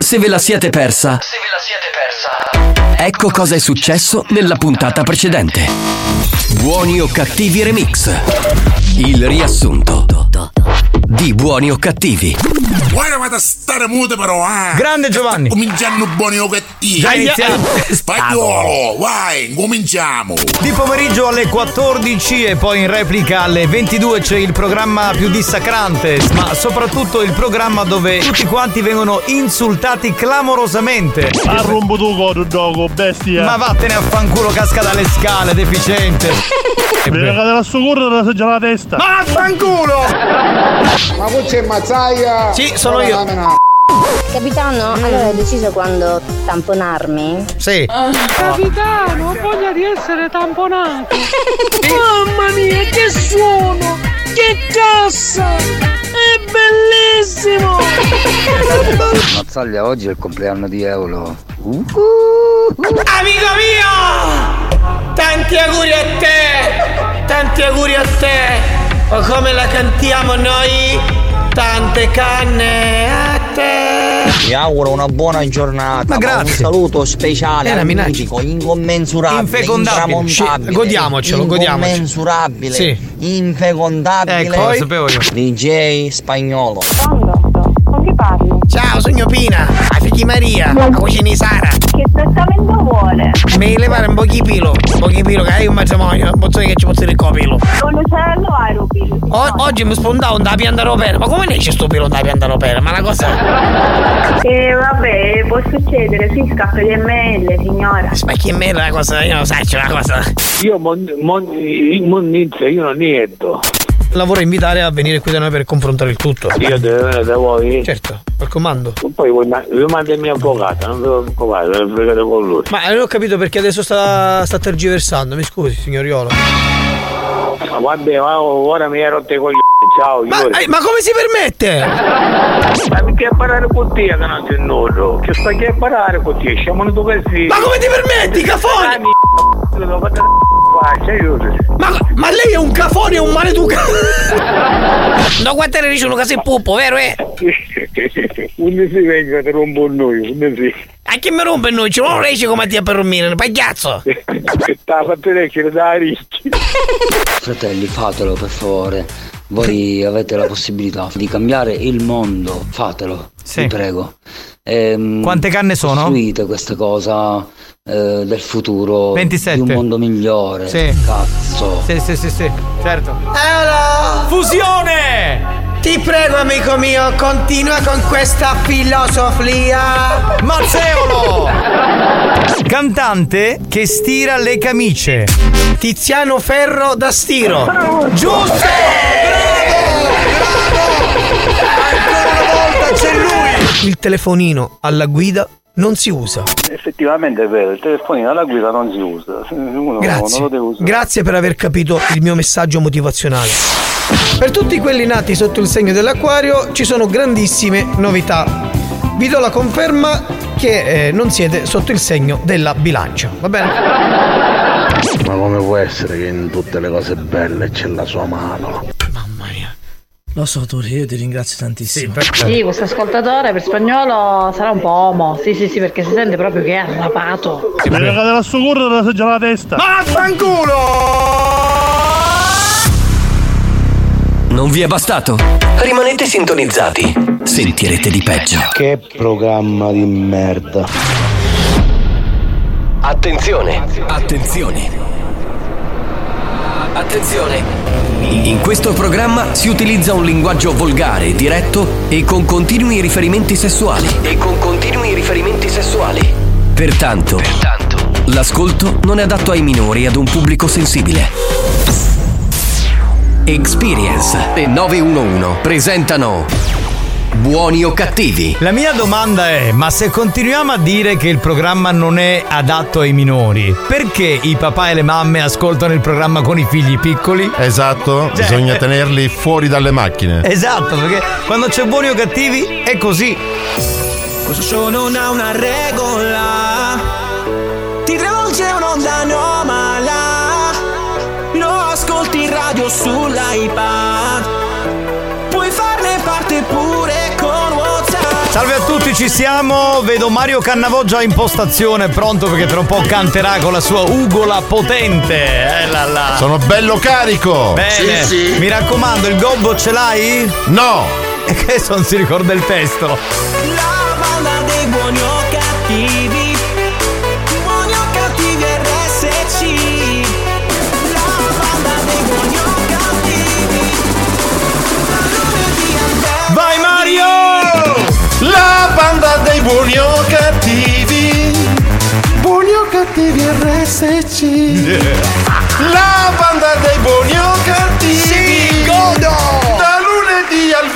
Se ve la siete persa, ecco cosa è successo nella puntata precedente. Buoni o cattivi remix. Il riassunto di Buoni o cattivi. Guarda, vado a stare muto però, Grande Giovanni. Cominciamo Buoni o cattivi. Già iniziamo. Spagnolo, vai, cominciamo. Di pomeriggio alle 14 e poi in replica alle 22 c'è il programma più dissacrante, ma soprattutto il programma dove tutti quanti vengono insultati clamorosamente. Arrombo tu dogo, bestia. Ma vattene a fanculo, casca dalle scale, deficiente. Mi cade la sua corda già la testa. Ma a fanculo! Ma voi c'è Mazzaia? Sì, sono io. Capitano, allora hai deciso quando tamponarmi? Sì. Capitano, ho voglia di essere tamponato. Mamma mia, che suono! Che cassa! È bellissimo! Mazzaglia, oggi è il compleanno di Eolo. Amico mio! Tanti auguri a te! Tanti auguri a te! O come la cantiamo noi? Tante canne a te! Vi auguro una buona giornata. Ma grazie. Un saluto speciale, amico, incommensurabile, infecondabile. Godiamocelo. Incommensurabile, sì. Infecondabile. Ecco, lo sapevo io. DJ Spagnolo. Con chi parli? Ciao, sono Pina, la figlia Maria, la cucina di Sara. Che trattamento vuole? Mi levare un pochino che hai un matrimonio, non so che ci posso dire il copilo. Un uccello aeropilo. Oggi mi spondavo da pianta ropera, ma come ne c'è sto pilo da pianta ropera? Ma la cosa... Vabbè, può succedere, si scappa di ML, signora. Spacchi in me la cosa, io non so, c'è una cosa. Io monnizia, io non niente. La vorrei invitare a venire qui da noi per confrontare il tutto. Io devo venire da voi? Certo, al comando. Poi vi mando il mio avvocato, non devo preoccupare, devo fregare con lui. Ma non ho capito perché adesso sta tergiversando, mi scusi, signoriolo. Ma vabbè, ma ora mi hai rotto i coglioni, ciao. Ma come si permette? Ma perché a parare con te che non c'è nulla? Che stai a parare con te? Siamo tu così. Ma come ti permetti, cafone? Ma lei è un cafone, è un maleducato. No, guardate, dice uno che sei puppo, vero? Unde si venga, ti rompo noi, unde si. A chi mi rompe noi? Ci non riesce come a te per dormire, pagliazzo. Che sta a fare leggere da ricchi. Fratelli, fatelo per favore. Voi avete la possibilità di cambiare il mondo, fatelo, sì. Vi prego. Quante canne sono? Costruite questa cosa del futuro, 27. di un mondo migliore. Sì. Cazzo. Sì, certo. Allora, Fusione! ti prego, amico mio, continua con questa filosofia. Mazzeolo! Cantante che stira le camicie. Tiziano Ferro da Stiro. Giusto! Ancora una volta c'è lui! Il telefonino alla guida non si usa. Effettivamente è vero, il telefonino alla guida non si usa. Grazie. Non lo devo usare. Grazie per aver capito il mio messaggio motivazionale. Per tutti quelli nati sotto il segno dell'Acquario ci sono grandissime novità. Vi do la conferma che non siete sotto il segno della Bilancia, va bene? Ma come può essere che in tutte le cose belle c'è la sua mano? Mamma mia. Lo so, Tori, io ti ringrazio tantissimo. Sì, questo ascoltatore per Spagnolo sarà un po' omo. Sì, perché si sente proprio che è arrapato. Mi cade la sua corda già la testa. Ma fanculo! Non vi è bastato? Rimanete sintonizzati. Sentirete di peggio. Che programma di merda. Attenzione. In questo programma si utilizza un linguaggio volgare, diretto e con continui riferimenti sessuali. Pertanto, l'ascolto non è adatto ai minori e ad un pubblico sensibile. Experience e 911 presentano Buoni o cattivi? La mia domanda è: ma se continuiamo a dire che il programma non è adatto ai minori, perché i papà e le mamme ascoltano il programma con i figli piccoli? Esatto, bisogna tenerli fuori dalle macchine. Esatto, perché quando c'è Buoni o cattivi è così. Questo show non ha una regola, ti travolge un'onda anomala, lo ascolti in radio sull'iPad, puoi farne parte pure con WhatsApp. Salve a tutti tutti ci siamo. Vedo Mario Cannavò già in postazione, pronto perché tra un po' canterà con la sua ugola potente. Là. Sono bello carico. Bene. Sì. Mi raccomando, il gobbo ce l'hai? No. E che non si ricorda il testo. La banda dei buoni o cattivi. Buoni o cattivi RSC. La banda dei buoni o cattivi. Vai Mario! La banda dei buoni o cattivi. Buoni o cattivi RSC. La banda dei buoni o cattivi. Sì, godo! Da lunedì al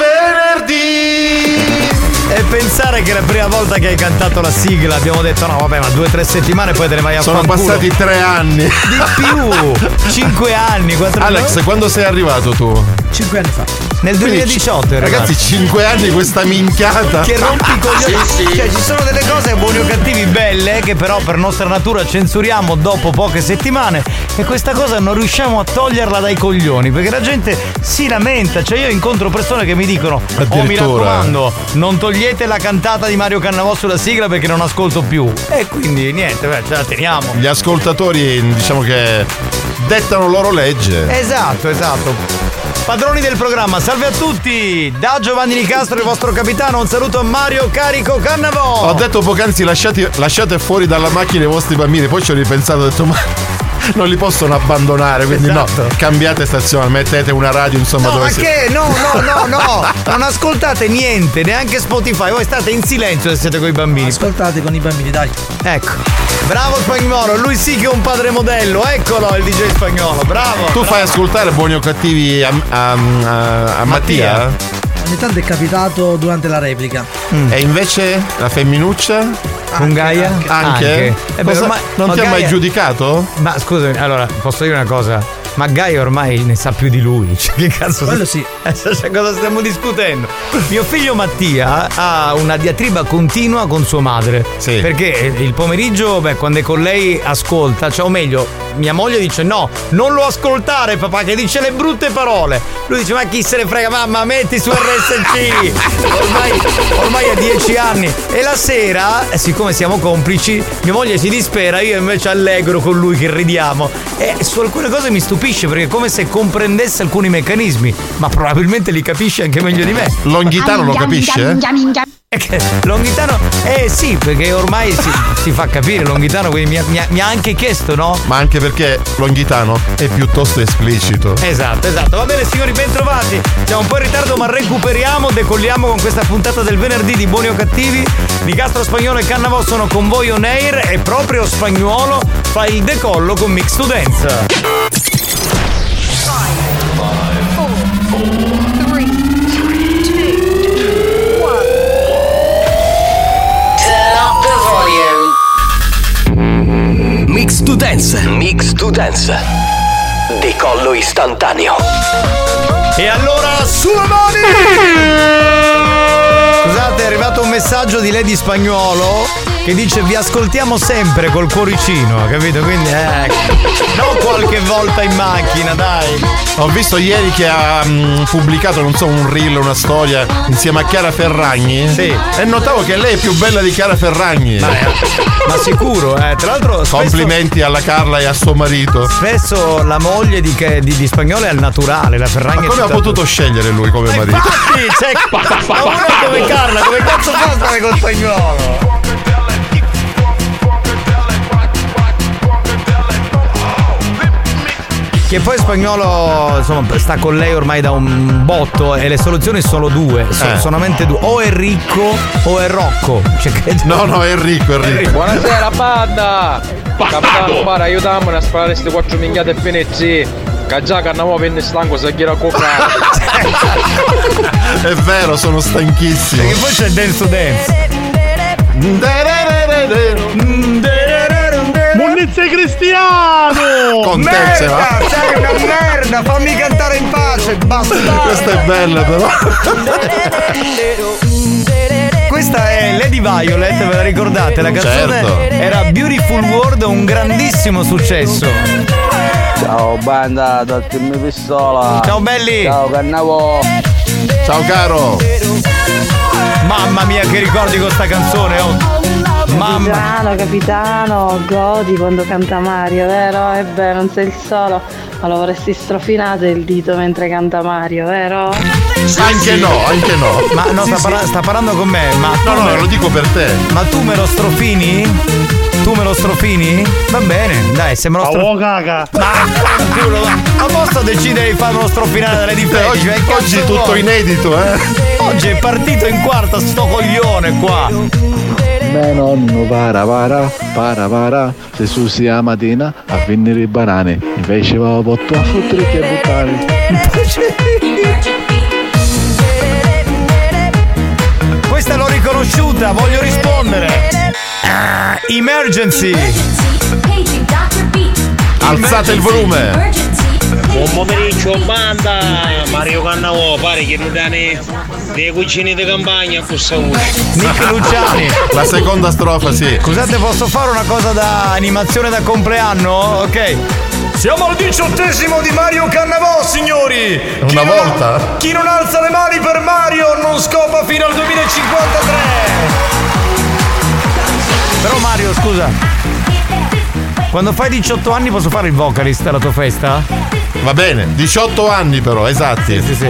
venerdì. E pensare che la prima volta che hai cantato la sigla abbiamo detto no vabbè, ma 2 o 3 settimane poi te ne vai a Sono fanculo. passati 3 anni. Di più. 5 anni, 4 anni. Alex, quando sei arrivato tu? 5 anni fa. Nel 2018 ragazzi, 5 anni questa minchiata. Che rompi i coglioni. Sì. Cioè ci sono delle cose buoni o cattivi belle che però per nostra natura censuriamo dopo poche settimane e questa cosa non riusciamo a toglierla dai coglioni perché la gente si lamenta. Cioè io incontro persone che mi dicono mi raccomando non togliete la cantata di Mario Cannavò sulla sigla perché non ascolto più. E quindi niente, ce la teniamo. Gli ascoltatori diciamo che dettano loro legge. Esatto. Padroni del programma, salve a tutti! Da Giovanni Nicastro, il vostro capitano, un saluto a Mario Carico Cannavò! Ho detto poc'anzi lasciate fuori dalla macchina i vostri bambini, poi ci ho ripensato e ho detto ma non li possono abbandonare, quindi no, cambiate stazione, mettete una radio insomma no, dove ma che? No, non ascoltate niente, neanche Spotify, voi state in silenzio se siete con i bambini. Ascoltate con i bambini, dai. Ecco, bravo Spagnolo, lui sì che è un padre modello, eccolo il DJ Spagnolo, bravo! Tu fai ascoltare buoni o cattivi a Mattia? Ogni tanto è capitato durante la replica. E invece la femminuccia? Con Gaia? Anche? Non ti ha mai giudicato? Ma scusami, allora, posso dire una cosa? Ma Gaia ormai ne sa più di lui. Cioè, che cazzo? Quello sì. Cioè, cosa stiamo discutendo? Mio figlio Mattia ha una diatriba continua con sua madre. Sì. Perché il pomeriggio, quando è con lei ascolta, cioè, o meglio, mia moglie dice no, non lo ascoltare papà che dice le brutte parole. Lui dice ma chi se ne frega mamma, metti su RSC. ormai ha 10 anni. E la sera, siccome siamo complici, mia moglie si dispera, io invece allegro con lui che ridiamo. E su alcune cose mi stupisce perché è come se comprendesse alcuni meccanismi, ma probabilmente li capisce anche meglio di me. Longhitano lo capisce? Longhitano, sì, perché ormai si fa capire Longhitano, quindi mi ha anche chiesto, no? Ma anche perché Longhitano è piuttosto esplicito. Esatto. Va bene signori, ben trovati. Siamo un po' in ritardo ma recuperiamo, decolliamo con questa puntata del venerdì di Buoni o Cattivi. Nicastro, Spagnolo e Cannavò sono con voi on air e proprio Spagnolo fa il decollo con Mix to Dance. Mix to Dance. Decollo istantaneo. E allora sulle mani! Scusate, è arrivato un messaggio di Lady Spagnolo che dice vi ascoltiamo sempre col cuoricino, capito? Quindi non qualche volta in macchina, dai. Ho visto ieri che ha pubblicato, non so, un reel, una storia insieme a Chiara Ferragni. Sì. E notavo che lei è più bella di Chiara Ferragni. Ma sicuro, tra l'altro complimenti alla Carla e a suo marito. Spesso la moglie di Spagnolo è al naturale, la Ferragni. Ma come ha potuto scegliere lui come marito? Infatti, ma uno come Carla, come cazzo fa stare con Spagnolo? Che poi Spagnolo insomma sta con lei ormai da un botto e le soluzioni sono due, solamente due, o è ricco o è Rocco. No, è ricco. Buonasera banda! Capitano, guarda, aiutammi a sparare queste 4 minchiate PNC. Che già Cannavò venne stanco se gira coca. È vero, sono stanchissimo. Perché poi c'è Dance to Dance. Munnizia Cristiano! Merda, sei una merda, fammi cantare in pace, bastardo. Questa è bella però. Questa è Lady Violet, ve la ricordate? La canzone era Beautiful World, un grandissimo successo. Ciao banda, dal team Pistola. Ciao belli. Ciao Cannavò. Ciao caro. Mamma mia, che ricordi con sta canzone, oh. Mamma. Capitano, godi quando canta Mario, vero? E beh, non sei il solo, ma lo vorresti strofinato il dito mentre canta Mario, vero? Anche no. Ma no, sta parlando con me, ma no, lo dico per te. Ma tu me lo strofini? Va bene, dai, se me lo strofini. Caga. Ma a posto decide di farlo strofinare dalle difese. Oggi è tutto inedito, Oggi è partito in quarta sto coglione qua. Me nonno para, se su sia mattina a vendere i banane, invece va a botto a fottere che buttare. Questa l'ho riconosciuta, voglio rispondere. Emergency. Alzate il volume. Buon pomeriggio banda, Mario Cannavò, pare che non dane dei cucini di campagna a questa Nick Luciani. La seconda strofa, sì. Scusate, posso fare una cosa da animazione da compleanno? Ok. Siamo al 18° di Mario Cannavò, signori! Una volta? Chi non alza le mani per Mario non scopa fino al 2053! Però Mario, scusa, quando fai 18 anni posso fare il vocalist alla tua festa? Va bene, 18 anni però, esatti. Sì.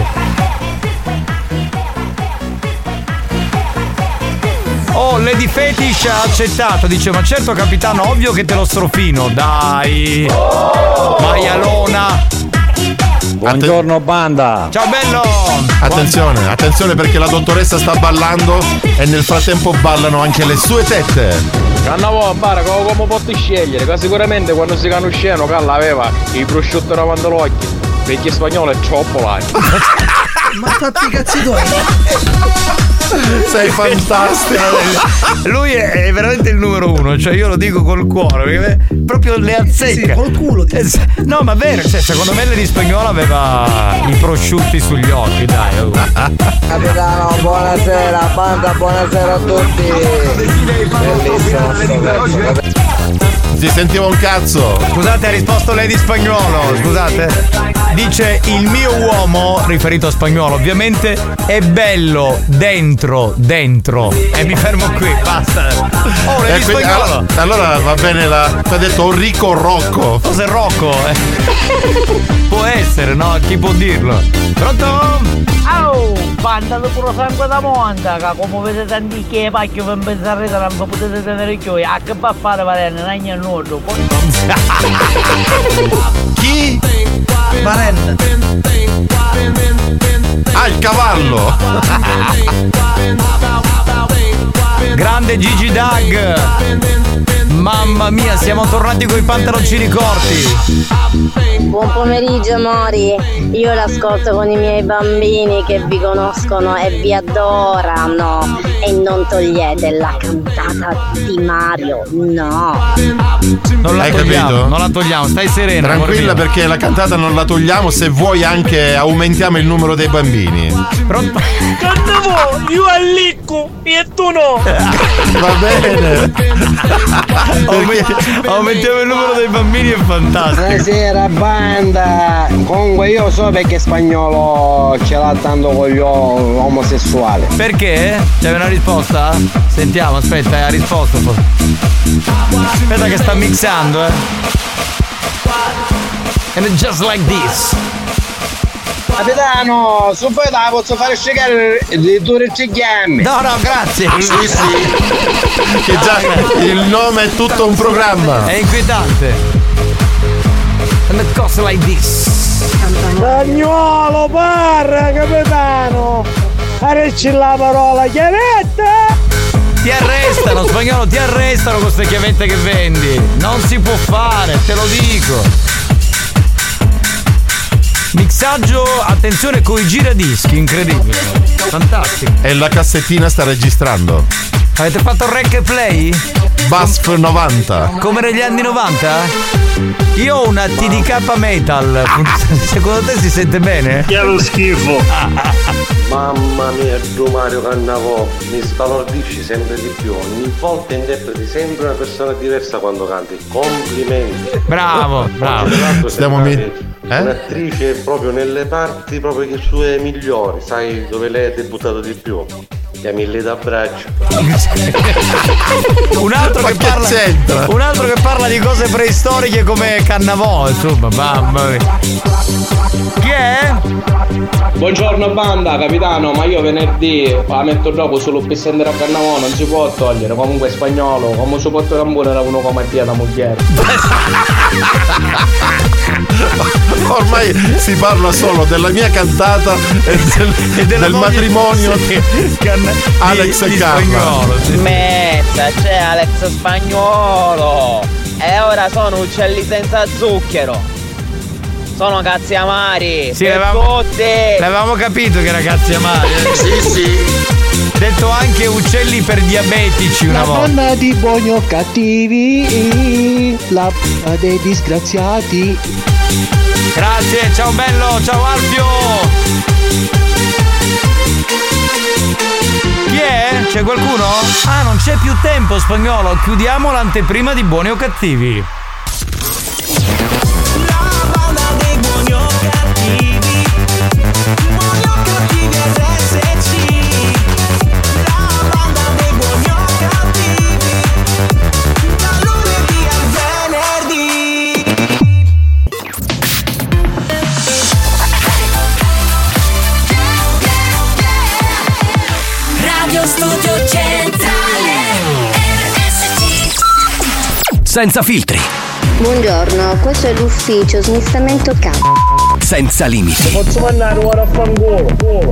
Oh, Lady Fetish ha accettato, dice, ma certo capitano, ovvio che te lo strofino, dai! Maialona! Buongiorno banda! Ciao bello! Attenzione perché la dottoressa sta ballando e nel frattempo ballano anche le sue tette. Cannavò, bara, come potti scegliere? Che sicuramente quando si canusciano Calla aveva i prosciutto davanti all'occhio, perché spagnolo è troppo largo. Ma fatti i cazzi tuoi! Sei fantastico. Lui è veramente il numero uno, cioè io lo dico col cuore, perché proprio le azzecca. Sì, col culo. No, ma vero, cioè, secondo me Lady Spagnola aveva i prosciutti sugli occhi, dai. Capitano, buonasera, banda, buonasera a tutti. Bellissimo. Si sentiva un cazzo. Scusate, ha risposto Lady Spagnolo, scusate. Dice il mio uomo, riferito a Spagnolo ovviamente, è bello dentro. E mi fermo qui, basta. Oh, Lady Spagnolo. Allora va bene ti ha detto Enrico Rocco. Cos'è Rocco? Può essere, no? Chi può dirlo? Pronto? Banda di puro sangue da monta, che come vedete tanti che pacchio per pensare che non potete tenere chiusi, a che va a fare Varenne, non è nudo. Chi? Varenne. Ah, il cavallo. Grande Gigi Dag. Mamma mia, siamo tornati coi pantaloncini corti. Buon pomeriggio amori, io l'ascolto con i miei bambini che vi conoscono e vi adorano e non togliete la cantata di Mario, no. Non la Hai togliamo, capito? non la togliamo, stai serena. Tranquilla perché la cantata non la togliamo, se vuoi anche aumentiamo il numero dei bambini. Pronto? Cannavò, io allicco e tu no. Va bene. Aumentiamo il numero dei bambini, è fantastico. Buonasera banda. Comunque io so perché Spagnolo ce l'ha tanto con gli omosessuali. Perché? C'è una risposta? Sentiamo, aspetta, ha risposto. Aspetta che sta mixando, And it's just like this. Capitano, su poi la posso fare scegliere di due chiami. No, grazie. Sì. Che già il nome è tutto un programma. È inquietante. And it goes like this. Spagnolo, parra, capitano. Arecci la parola chiavetta. Ti arrestano, Spagnolo, ti arrestano con queste chiavette che vendi. Non si può fare, te lo dico. Mixaggio, attenzione, coi giradischi, incredibile. Fantastico. E la cassettina sta registrando. Avete fatto rec e play? BASF 90. Come negli anni 90? Io ho una TDK Metal. Secondo te si sente bene? Che è lo schifo. Mamma mia, tu Mario Cannavò, mi sbalordisci sempre di più. Ogni volta interpreti sempre una persona diversa quando canti. Complimenti. Bravo. Stiamo un'attrice proprio nelle parti proprio che sue migliori, sai dove lei ha debuttato di più. Chiamilli d'abbraccio. Un altro che parla di cose preistoriche come Cannavò, insomma, mamma mia. Chi è? Buongiorno banda, capitano, ma io venerdì la metto dopo solo per sentire a Cannavò, non si può togliere, comunque è spagnolo, come si può togliere era uno come Tia da Mugliere. Ormai si parla solo della mia cantata e del matrimonio Alex e Carla. Mezza, c'è Alex Spagnolo. E ora sono uccelli senza zucchero. Sono cazzi amari. Sì, l'avevamo capito che ragazzi amari. Sì. Detto anche uccelli per diabetici una volta. La banda di buoni o cattivi, la banda dei disgraziati. Grazie, ciao bello, ciao Alfio. Chi è? C'è qualcuno? Ah, non c'è più tempo, Spagnolo. Chiudiamo l'anteprima di Buoni o Cattivi. Studio centrale RSC. Senza filtri. Buongiorno, questo è l'ufficio smistamento capo. Senza limiti. Posso mandare ora a fangolo.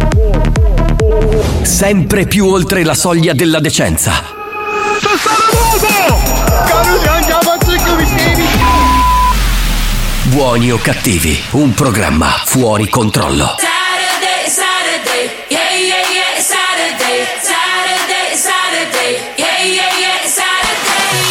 Sempre più oltre la soglia della decenza. Buoni o cattivi, un programma fuori controllo. Saturday, yeah, yeah, yeah, Saturday, Saturday, Saturday, yeah, yeah, yeah, Saturday,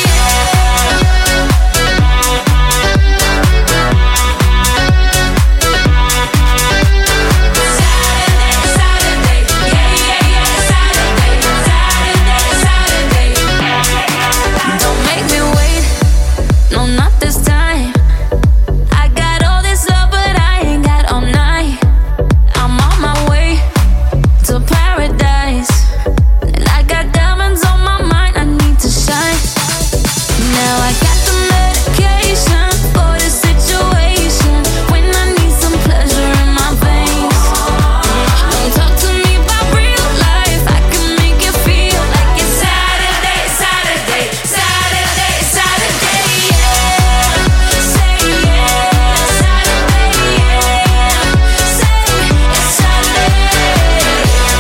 yeah. Don't make me wait, no, not this time. I got all this love, but I ain't got all night. I'm on my way to paradise, and I got diamonds on my mind, I need to shine. Now I got the medication for the situation, when I need some pleasure in my veins. Don't talk to me about real life, I can make you feel like it's Saturday, Saturday, Saturday, Saturday, yeah. Say yeah, Saturday, yeah. Say it's Saturday.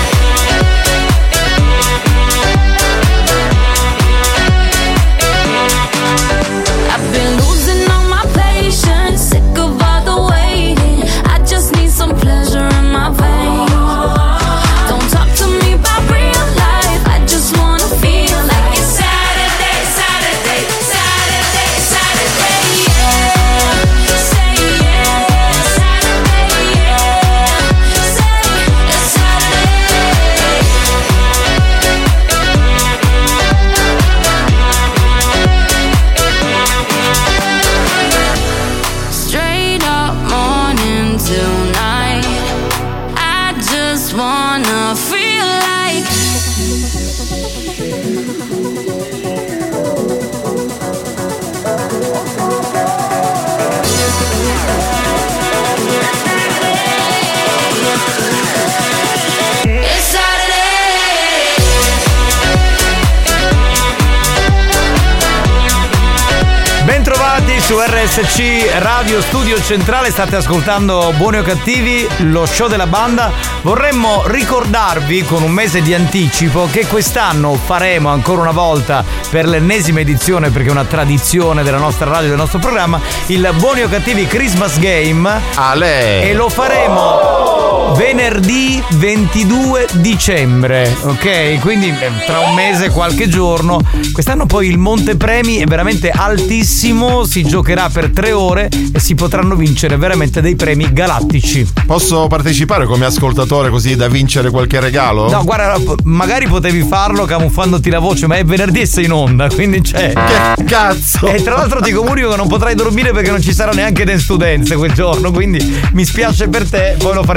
I've been losing all my patience, sick of all the waiting. I just need some pleasure in my veins. Don't talk to me about real life, I just wanna feel like it's Saturday, Saturday, Saturday, Saturday, yeah. Say yeah, Saturday, yeah. Say it's straight up morning till night. I just wanna feel like it's Saturday. Bentrovati su RSC Radio Studio Centrale, state ascoltando Buoni o Cattivi, lo show della banda. Vorremmo ricordarvi con un mese di anticipo che quest'anno faremo ancora una volta, per l'ennesima edizione, perché è una tradizione della nostra radio e del nostro programma, il Buoni o Cattivi Christmas Game. E lo faremo venerdì 22 dicembre, ok? Quindi tra un mese, qualche giorno. Quest'anno poi il montepremi è veramente altissimo, si giocherà per 3 ore e si potranno vincere veramente dei premi galattici. Posso partecipare come ascoltatore così da vincere qualche regalo? No, guarda, magari potevi farlo camuffandoti la voce, ma è venerdì e sei in onda, quindi c'è. Che cazzo! E tra l'altro ti comunico che non potrai dormire perché non ci sarà neanche Dance to Dance quel giorno, quindi mi spiace per te, poi lo faremo il sabato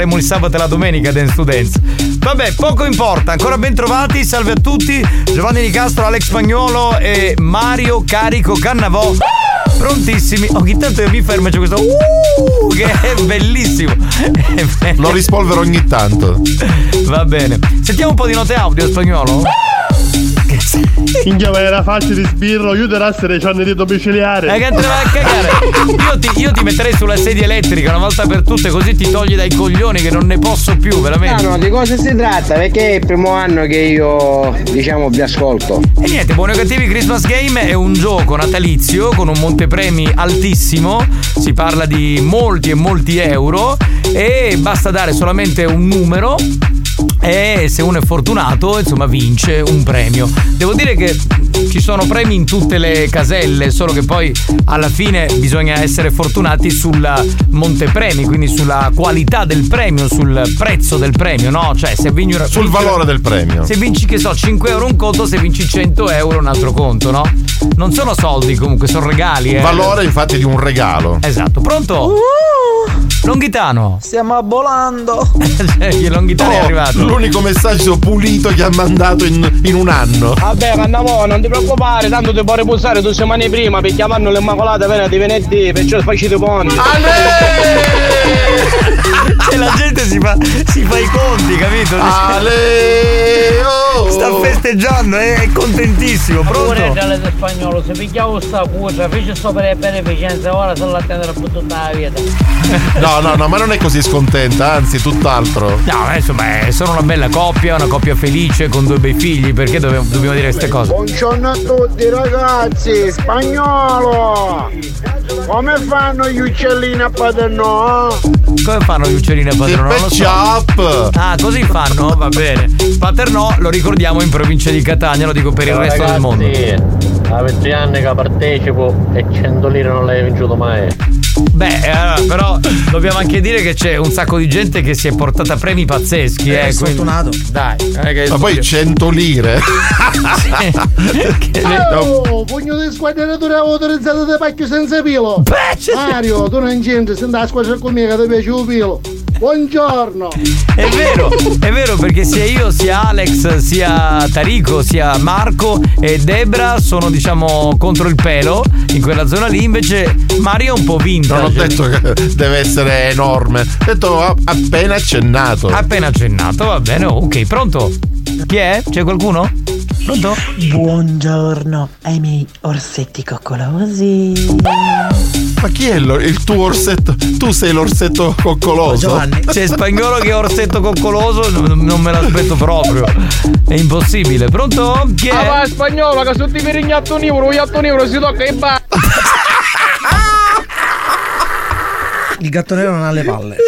sabato e la domenica Dance to Dance. Vabbè, poco importa, ancora ben trovati, salve a tutti, Giovanni Di Castro, Alex Spagnuolo e Mario Carico Cannavò. Prontissimi. Ogni tanto io mi fermo e c'è questo che è bellissimo. Lo rispolvero ogni tanto. Va bene. Sentiamo un po' di note audio, Spagnuolo. Minchia, ma era facile di sbirro, io te essere c'hanno di domiciliare. Che te va a cagare. Io ti metterei sulla sedia elettrica una volta per tutte, così ti togli dai coglioni che non ne posso più, veramente. No, di cosa si tratta? Perché è il primo anno che io, diciamo, vi ascolto. E niente, Buoni o Cattivi Christmas Game è un gioco natalizio con un montepremi altissimo. Si parla di molti e molti euro e basta dare solamente un numero e se uno è fortunato, insomma, vince un premio. Devo dire che ci sono premi in tutte le caselle, solo che poi alla fine bisogna essere fortunati sul montepremi, quindi sulla qualità del premio, sul prezzo del premio, no? Cioè se vinci sul valore del premio. Se vinci, che so, 5 euro un conto, se vinci 100 euro un altro conto, no? Non sono soldi, comunque sono regali. Il valore infatti di un regalo. Esatto, pronto? Longhitano. Stiamo volando. Longhitano è arrivato. L'unico messaggio pulito che ha mandato in un anno. Vabbè, Cannavò, non ti preoccupare, tanto ti può riposare 2 settimane prima perché vanno l'Immacolata venerdì, perciò facete ponti. E la gente si fa i conti, capito? Sta festeggiando, è contentissimo. Pronto? Pure del Spagnolo, se picchiavo sta cuccia, fece sto per beneficenza, ora sono l'attendere per tutta la vita. No, ma non è così scontenta, anzi tutt'altro. No, insomma, sono una bella coppia, una coppia felice con 2 bei figli, perché dobbiamo dire queste cose? Buongiorno a tutti ragazzi, Spagnolo! Come fanno gli uccellini a Paternò? Come fanno gli uccellini a Paternò? Non lo so. Ah, così fanno? Va bene. Paternò lo ricordiamo in provincia di Catania, lo dico per il resto del mondo. A 20 anni che partecipo e 100 lire non l'hai vinto mai. Beh, però dobbiamo anche dire che c'è un sacco di gente che si è portata premi pazzeschi. Fortunato. Dai, ma poi 100 lire. Pugno di squadratore autorizzato di pacchio senza pilo. Mario, tu non c'entri, senti la squadra con me che ti piace un pilo. Buongiorno. È vero, perché sia io, sia Alex, sia Tarico, sia Marco e Debra sono, diciamo, contro il pelo in quella zona lì. Invece Mario è un po' vinto. Non ho detto che deve essere enorme, ho detto appena accennato. Appena accennato, va bene, ok, pronto? Chi è? C'è qualcuno? Pronto? Buongiorno ai miei orsetti coccolosi. Ma chi è il tuo orsetto? Tu sei l'orsetto coccoloso. Giovanni. C'è Spagnolo che è orsetto coccoloso, non me l'aspetto proprio. È impossibile. Pronto? Chi è? Ah, vai Spagnolo, che se ti virignatto un euro si tocca i ba. Il gatto nero non ha le palle.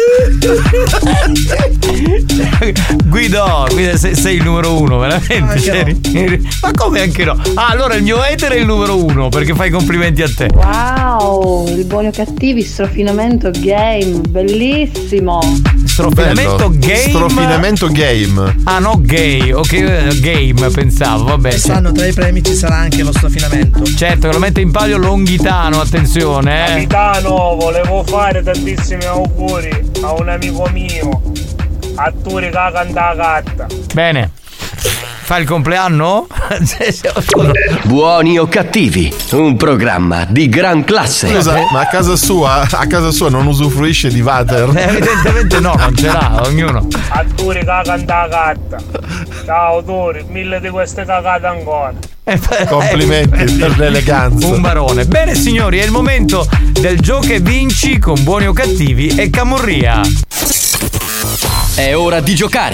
Guido, sei il numero 1, veramente. Ma come anche no? Ah, allora il mio etere è il numero 1 perché fai complimenti a te. Wow, il Buoni o Cattivi, strofinamento game, bellissimo. Strofinamento game. Strofinamento game. Ah, no, gay, ok, game pensavo, vabbè. Quest'anno tra i premi ci sarà anche lo strofinamento. Certo, che lo mette in palio Longhitano, attenzione. Capitano, volevo fare tantissimi auguri a un amico mio, attore che canta la gatta. Bene. Fa il compleanno? Buoni o Cattivi, un programma di gran classe. Scusa, ma a casa sua non usufruisce di water? Evidentemente no, non ce l'ha, ognuno. Attore che canta la gatta. Ciao autore, 1000 di queste cagate ancora. Complimenti per l'eleganza. Un barone. Bene signori, è il momento del gioco e vinci con Buoni o Cattivi e Camorria. È ora di giocare.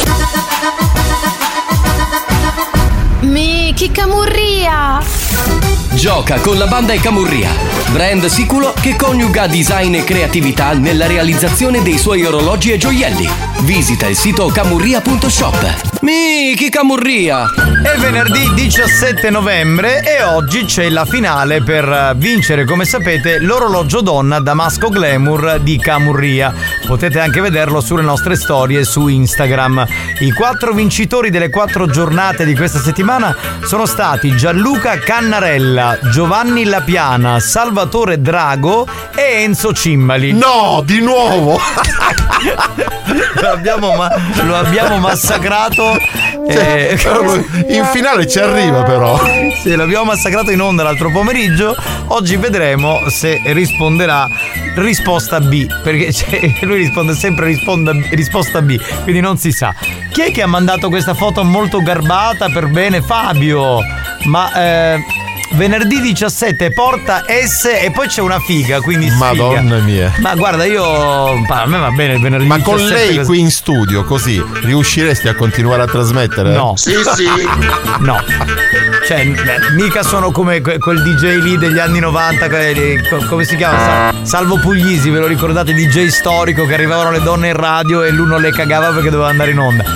Che Camurria! Gioca con la banda e Camurria, brand sicuro che coniuga design e creatività nella realizzazione dei suoi orologi e gioielli. Visita il sito camurria.shop. Chi Camurria! È venerdì 17 novembre e oggi c'è la finale per vincere, come sapete, l'orologio donna Damasco Glamour di Camurria. Potete anche vederlo sulle nostre storie su Instagram. I 4 vincitori delle 4 giornate di questa settimana sono stati Gianluca Cannarella, Giovanni Lapiana, Salvatore Drago e Enzo Cimbali. No, di nuovo! lo abbiamo massacrato. In finale ci arriva però. Sì, l'abbiamo massacrato in onda l'altro pomeriggio. Oggi vedremo se risponderà risposta B, perché lui risponde sempre risposta B, quindi non si sa. Chi è che ha mandato questa foto molto garbata per bene? Fabio. Ma venerdì 17 porta S e poi c'è una figa, quindi sfiga. Madonna mia. Ma guarda, a me va bene il venerdì 17. Ma con lei così, qui in studio, così, riusciresti a continuare a trasmettere? No. Sì. No. Cioè, mica sono come quel DJ lì degli anni 90, come si chiama? Salvo Puglisi, ve lo ricordate? DJ storico che arrivavano le donne in radio e lui non le cagava perché doveva andare in onda.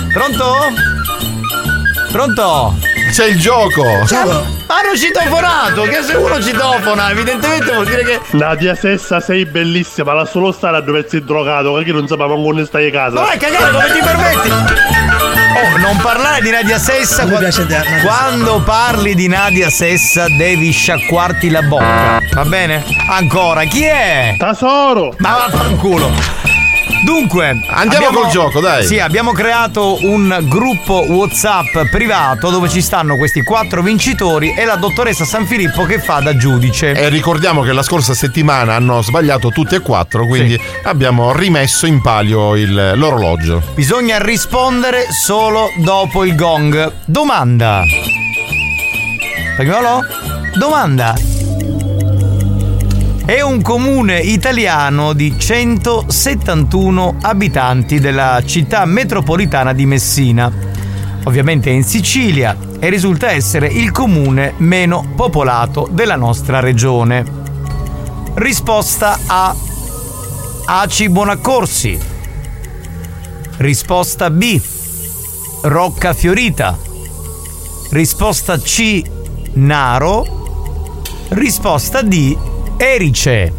Pronto? C'è il gioco! Hanno citofonato! Che se uno citofona, evidentemente vuol dire che. Nadia Sessa, sei bellissima, la solo stare a dove sei drogato, perché non sapevamo come stai a casa. Ma vai a cagare, come ti permetti? Oh, non parlare di Nadia Sessa. Quando parli di Nadia Sessa devi sciacquarti la bocca. Va bene? Ancora, chi è? Tesoro! Ma vaffanculo! Dunque, andiamo col gioco, dai. Sì, abbiamo creato un gruppo WhatsApp privato dove ci stanno questi 4 vincitori e la dottoressa Sanfilippo che fa da giudice. E ricordiamo che la scorsa settimana hanno sbagliato tutti e 4, quindi abbiamo rimesso in palio l'orologio. Bisogna rispondere solo dopo il gong. Domanda. Spagnolo? Domanda. È un comune italiano di 171 abitanti della città metropolitana di Messina. Ovviamente è in Sicilia e risulta essere il comune meno popolato della nostra regione. Risposta A. Aci Bonaccorsi. Risposta B. Rocca Fiorita. Risposta C. Naro. Risposta D. Erice.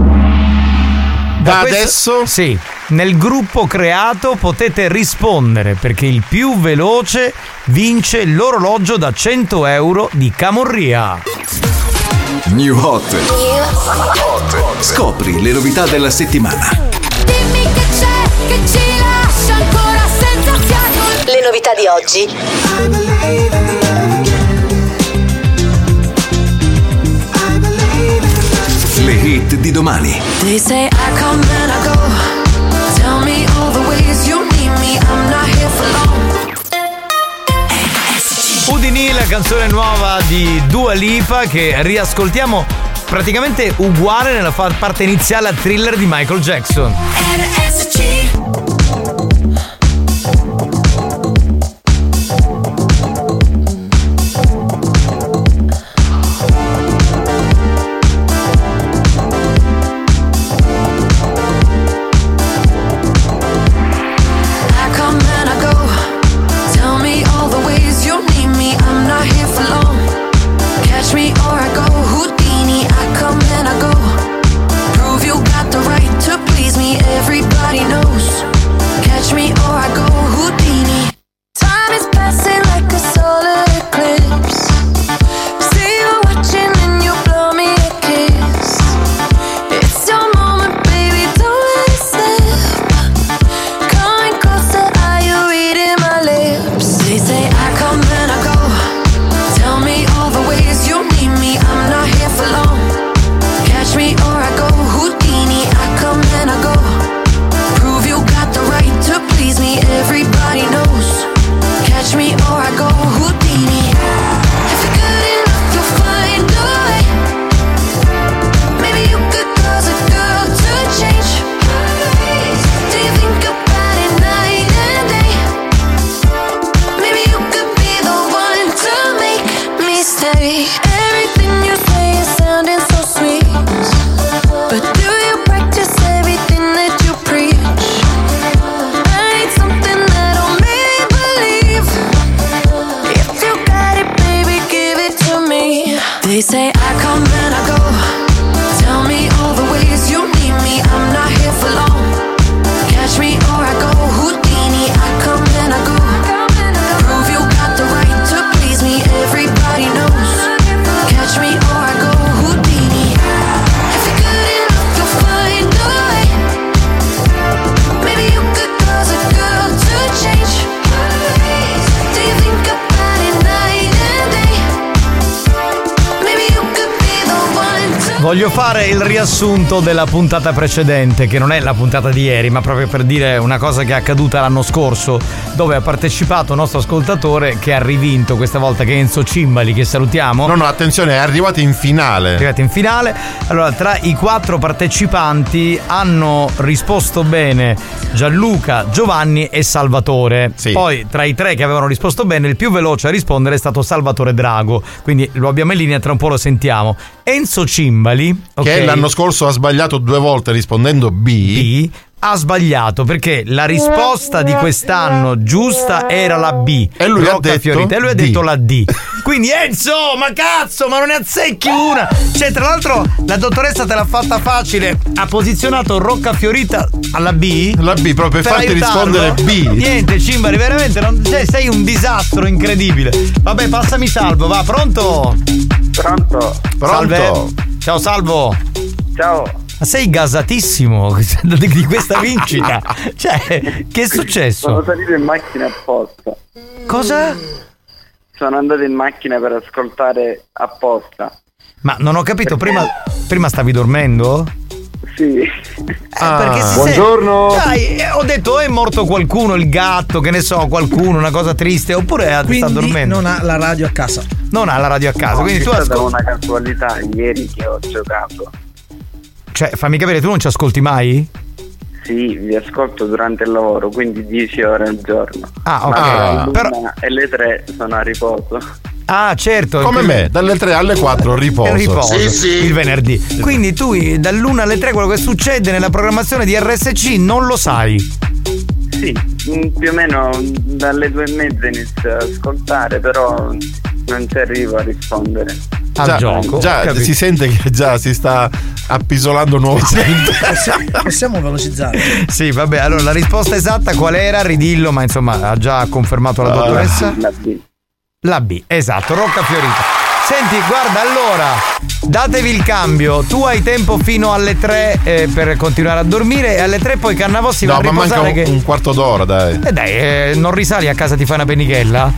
Da adesso? Sì, nel gruppo creato potete rispondere perché il più veloce vince l'orologio da 100 euro di Camorria. New Hot. Scopri le novità della settimana. Dimmi che c'è, che ci lascia ancora senza fiato. Le novità di oggi. Le hit di domani. They say I come and I go. Tell me all the ways you need me. I'm not here for long. Udini, la canzone nuova di Dua Lipa che riascoltiamo praticamente uguale nella parte iniziale a Thriller di Michael Jackson. Everybody knows Voglio fare il riassunto della puntata precedente, che non è la puntata di ieri, ma proprio per dire una cosa che è accaduta l'anno scorso, dove ha partecipato un nostro ascoltatore che ha rivinto questa volta, che è Enzo Cimbali, che salutiamo. No, attenzione, è arrivato in finale. Allora, tra i 4 partecipanti hanno risposto bene Gianluca, Giovanni e Salvatore. Sì. Poi tra i 3 che avevano risposto bene, il più veloce a rispondere è stato Salvatore Drago, quindi lo abbiamo in linea, tra un po' lo sentiamo. Enzo Cimbali, che l'anno scorso ha sbagliato 2 volte rispondendo B, ha sbagliato perché la risposta di quest'anno giusta era la B e lui ha detto Fiorita, e lui ha detto la D. Quindi Enzo, ma cazzo, ma non ne azzecchi una. Cioè, tra l'altro la dottoressa te l'ha fatta facile, ha posizionato Rocca Fiorita alla B, proprio per farti aiutarlo. rispondere B. Niente, Cimbali, veramente sei un disastro incredibile. Vabbè, passami Salvo, va, pronto? Pronto. Salve. Ciao Salvo. Ciao. Ma sei gasatissimo di questa vincita. Cioè, che è successo? Sono salito in macchina apposta. Cosa? Sono andato in macchina per ascoltare apposta. Ma non ho capito, prima stavi dormendo? Sì. Perché buongiorno. Dai, ho detto è morto qualcuno, il gatto, che ne so, qualcuno, una cosa triste, oppure sta dormendo. Non ha la radio a casa. Non ha la radio a casa, No, quindi è tu stata una casualità ieri che ho giocato. Cioè, fammi capire, tu non ci ascolti mai? Sì, vi ascolto durante il lavoro, quindi 10 ore al giorno. Ah, ok. Ma Però... e le 3 sono a riposo. Ah, certo. Come me, dalle 3 alle 4 riposo. Sì. Il venerdì. Quindi tu dall'1 alle 3 quello che succede nella programmazione di RSC non lo sai? Sì, più o meno dalle 2:30 inizio ad ascoltare, però non ci arrivo a rispondere. Già si sente che già si sta appisolando nuovamente. Possiamo velocizzare? Sì, vabbè, allora la risposta esatta qual era? Ridillo, ma insomma ha già confermato la dottoressa? La B. La B, esatto, Rocca Fiorita. Senti, guarda, allora datevi il cambio. Tu hai tempo fino alle 3 per continuare a dormire, e alle 3 poi Cannavò si va a riposare. Ma manca un quarto d'ora, dai. Dai, non risali a casa, ti fai una penichella?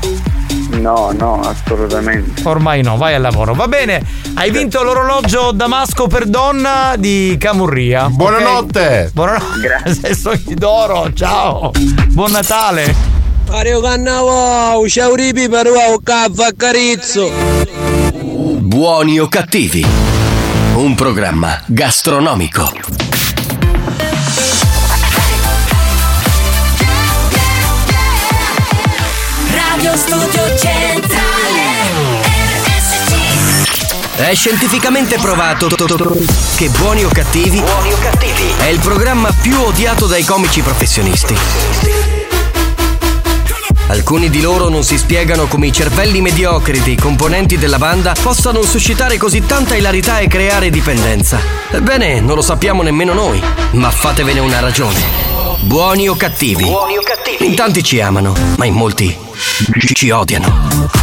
No, assolutamente. Ormai no, vai al lavoro. Va bene, hai vinto l'orologio Damasco per donna di Camurria. Buonanotte. Okay? Buonanotte. Grazie, sogni d'oro, ciao. Buon Natale. Mario Cannavò, ciao ripi per un caffè carizzo. Buoni o cattivi? Un programma gastronomico. Radio Studio Centrale RSC. È scientificamente provato che Buoni o cattivi è il programma più odiato dai comici professionisti. Alcuni di loro non si spiegano come i cervelli mediocri dei componenti della banda possano suscitare così tanta ilarità e creare dipendenza. Ebbene, non lo sappiamo nemmeno noi, ma fatevene una ragione. Buoni o cattivi? In tanti ci amano, ma in molti ci odiano.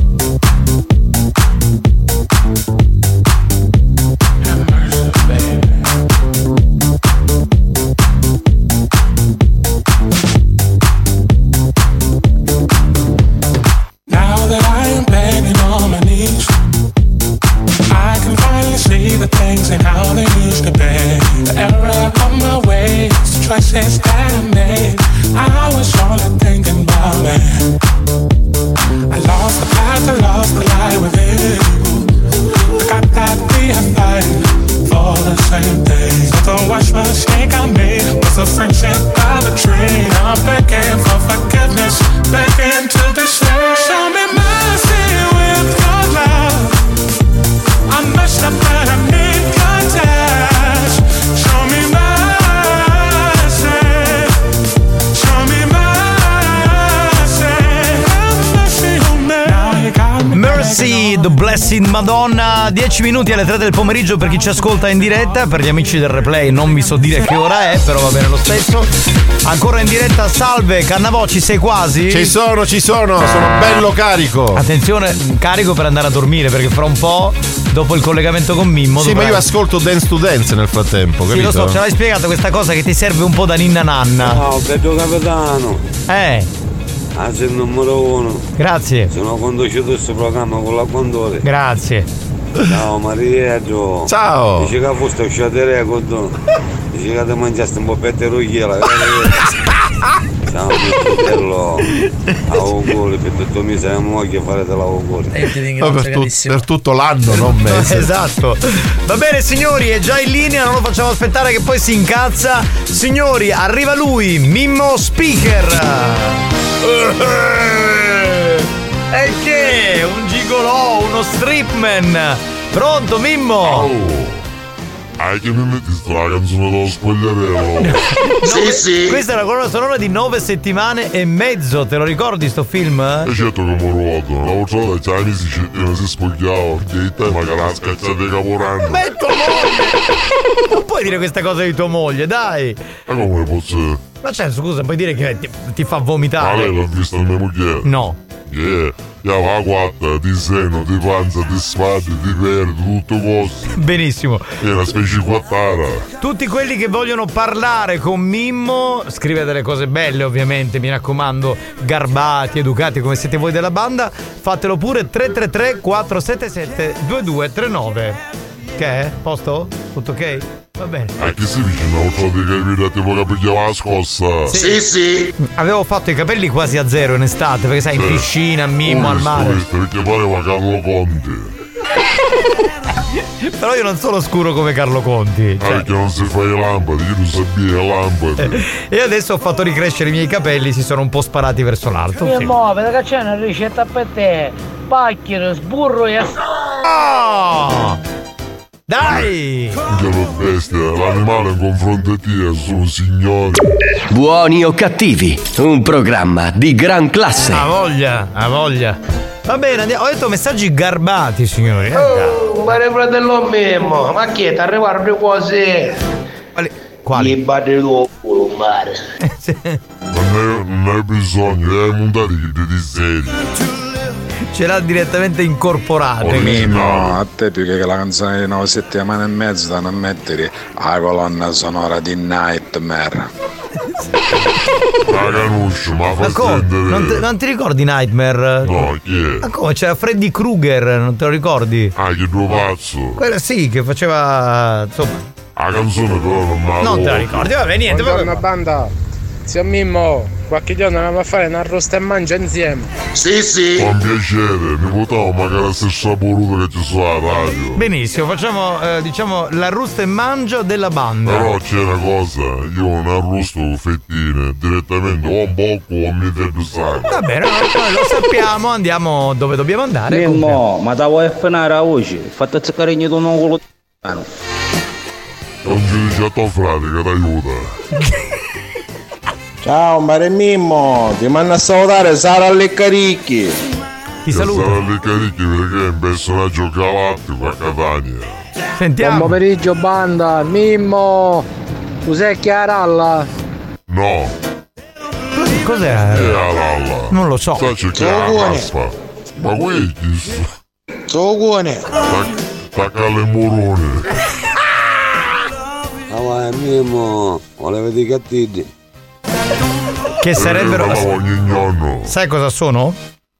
Choices that I made, I was only thinking about me. I lost the path, I lost the light within. I got that being fighting for the same thing. So the wash mistake I made was a friendship of a dream. I'm begging for forgiveness, begging to be saved. Show me mercy with your love. I messed up and I need your touch. Show me mercy. Mercy, The Blessing Madonna. 10 minuti alle 3 del pomeriggio per chi ci ascolta in diretta. Per gli amici del replay non vi so dire che ora è, però va bene lo stesso. Ancora in diretta, salve Cannavò, ci sei quasi? Ci sono, sono bello carico. Attenzione, carico per andare a dormire, perché fra un po', dopo il collegamento con Mimmo, sì, ma io ascolto Dance to Dance nel frattempo, capito? Sì, lo so, ce l'hai spiegato questa cosa che ti serve un po' da ninna nanna. Ciao, Pedro Capitano. Sei il numero 1. Grazie. Sono conducito questo programma con la Condore. Grazie. Ciao Marietto. Ciao. Dice che foste uscite record. Dice che ti mangiaste un po' per terughiera. Ciao fratello. Auguri per tutto il mese a moglie farete l'auguri. Per tutto l'anno, non mese. Esatto. Va bene signori, è già in linea, non lo facciamo aspettare che poi si incazza. Signori, arriva lui, Mimmo Speaker. E che? Un gigolò, uno stripman. Pronto Mimmo? Che mi metti la canzone dello spogliarello? Sì. Questa è la colonna sonora di 9 settimane e mezzo, te lo ricordi sto film? E certo che mi ruoto, la volta volta c'è amici non si spogliava, che te magari la scacciata di caporanno. Ma è tua moglie! Non puoi dire questa cosa di tua moglie, dai! Ma come posso? Ma cioè, scusa, puoi dire che ti fa vomitare? Ma lei l'ha vista la mia moglie? No. La quatta, di seno, di panza, di spade, di pere, tutto costo. Benissimo. È una specie quattara. Tutti quelli che vogliono parlare con Mimmo, scrivete delle cose belle ovviamente, mi raccomando, garbati, educati come siete voi della banda, fatelo pure 333 477 2239. Che è? Posto? Tutto ok? Va bene. Che si vicino a un di capire tipo che pigliava la scossa? Sì. Avevo fatto i capelli quasi a zero in estate, perché sai, in piscina, Mimmo, al mare. Perché pareva Carlo Conti. Però io non sono scuro come Carlo Conti. Perché non si fa le lampade, io non sapevo le lampade. E adesso ho fatto ricrescere i miei capelli, si sono un po' sparati verso l'alto. Mi muove, che c'è una ricetta per te. Pacchino, sburro e Dai! Che bestia, l'animale in confronto a te sono signori. Buoni o cattivi, un programma di gran classe. Ha voglia. Va bene, andiamo. Ho detto messaggi garbati, signori. Mare fratello Mimmo, ma che ti arrivano cose? Quali? Gli batte il culo, mare. Non hai bisogno, hai montato di serie. Ce l'ha direttamente incorporato. Mimmo, a te più che la canzone di 9 settimane e mezzo da non mettere la colonna sonora di Nightmare. Canuscio, ma fa stendere. Non ti ricordi Nightmare? No, chi è? Ma come? C'era Freddy Krueger, non te lo ricordi? Che tuo pazzo. Quello sì, che faceva, insomma. La canzone però non te la ricordi, vabbè, niente. Buongiorno banda, zio Mimmo, qualche giorno andiamo a fare un arrosto e mangia insieme. Sì. Con piacere, ne potevo magari la stessa voluta che ci sono alla radio. Benissimo, facciamo diciamo l'arrosto e mangio della banda. Però c'è una cosa, io non arrosto fettine, direttamente o un bocco o mi vedo sangue. Va bene, noi lo sappiamo, andiamo dove dobbiamo andare. Mimmo, ma da vuoi frenare a voce? Fatti azzeccare il tuo culo. Non ci dice a tuo frate che ti aiuta. Ciao Mare Mimmo, ti mando a salutare Sara Leccaricchi. Ti saluto. Sara Leccaricchi perché è un personaggio galattico a Catania. Sentiamo. Buon pomeriggio banda, Mimmo, tu sei Chiaralla? No. Cos'è? Chiaralla. Non lo so. Sta cercando la raspa. Ma qui chi Sogone. Tacca le morone. Ma Mimmo, volevo dire cattivi. Che sarebbero. Sai cosa sono?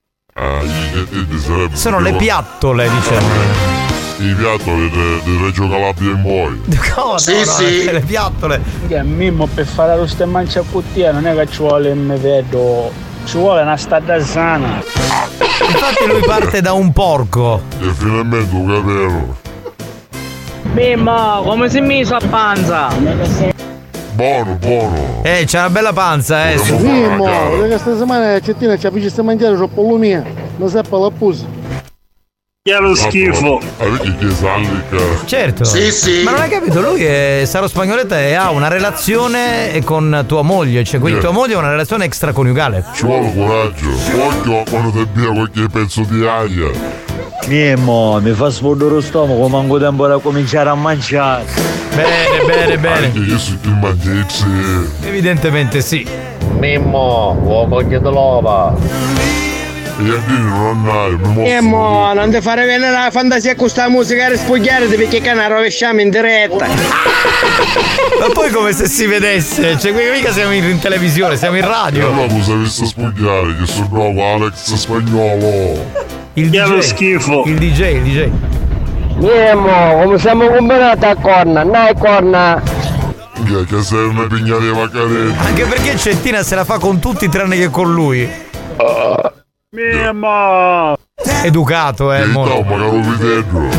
Sono le piattole, diciamo. I piattoli di Reggio Calabria in poi. Sì. Le piattole. Mimmo, per fare lo stemmancia a cuttia non è che ci vuole il vedo, ci vuole una stata sana. Infatti lui parte da un porco. E finalmente un capello. Mimmo, come si mise a panza? Buono. C'è una bella panza, Mimmo, perché questa settimana Cettina ci ha visto mangiare troppo lumia, non sa per la pusa. Che è lo schifo. Perché che sallica? Certo. Sì. Ma non hai capito, lui è Saro Spagnoletta e ha una relazione con tua moglie, cioè quindi tua moglie ha una relazione extraconiugale. Ci vuole coraggio. Occhio quando ti via qualche pezzo di aia. Mimmo, mi fa sfondere lo stomaco, manco tempo da cominciare a mangiare. Bene. Anche io sono il mangiezzi. Evidentemente sì. Mimmo, uomo che te lova. Mimmo, non ti fare venire la fantasia con questa musica e spogliarti perché che ne rovesciamo in diretta. Ma poi come se si vedesse, cioè mica siamo in televisione, siamo in radio. Ma cosa visto spogliare? Che sono nuovo Alex Spagnolo. Il DJ. schifo. Il DJ. Mimo, come siamo combinati a corna, dai corna. Che sei una pigna di vaccaretta. Anche perché Cettina se la fa con tutti tranne che con lui. Mimmo! Educato, No, magari vitello.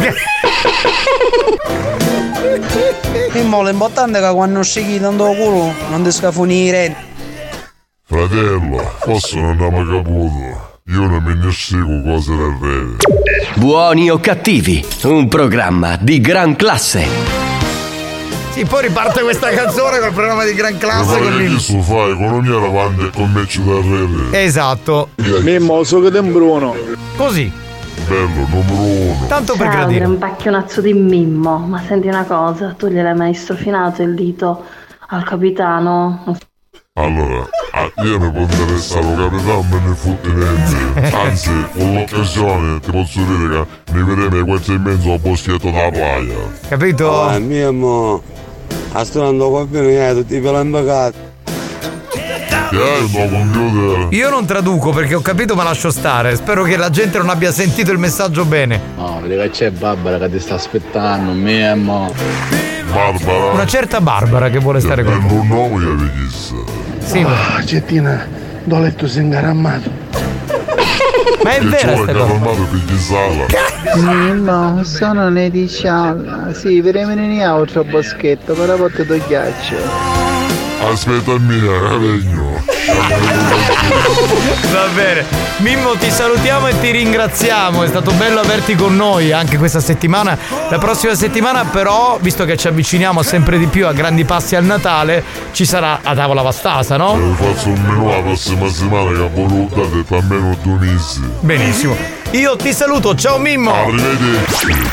Mimmo, l'importante è che quando scegli tanto culo non ti scafonire. Fratello, forse non abbiamo caputo. Io non me ne seguo cose da vedere. Buoni o cattivi, un programma di gran classe. Sì, poi riparte questa canzone col programma di gran classe con il suo fa economia davanti e commercio da rete. Esatto. Mimmo, so che Bruno. Così. Bello, numero uno. Tanto per Ciao, gradire. un pacchionazzo di Mimmo. Ma senti una cosa, tu gliel'hai mai strofinato il dito al capitano? Allora, io mi può interessare un capitano, me ne fotte niente. Anzi, con l'occasione ti posso dire che mi vedremo questo in mezzo al boschietto da playa. Capito? Mimmo, a stando qua bene, tutti i pelambacati. Io non traduco perché ho capito ma lascio stare. Spero che la gente non abbia sentito il messaggio bene. No, vedi che c'è Barbara che ti sta aspettando, Mimmo. Barbara? Una certa Barbara che vuole stare con me. Un nome che vi chissà. Sì. Cettina, do letto sei ingarammato. Ma è vero sta cosa. Mimmo, sono ne diciamo. Sì, veramente ne ha altro boschetto, però porto do ghiaccio. Aspetta mia, legno. Va bene. Mimmo, ti salutiamo e ti ringraziamo. È stato bello averti con noi anche questa settimana. La prossima settimana però, visto che ci avviciniamo sempre di più a grandi passi al Natale, ci sarà a tavola vastasa, no? Faccio un menù la prossima settimana che ha voluto per almeno 2 mesi. Benissimo. Io ti saluto, ciao Mimmo. Arrivederci.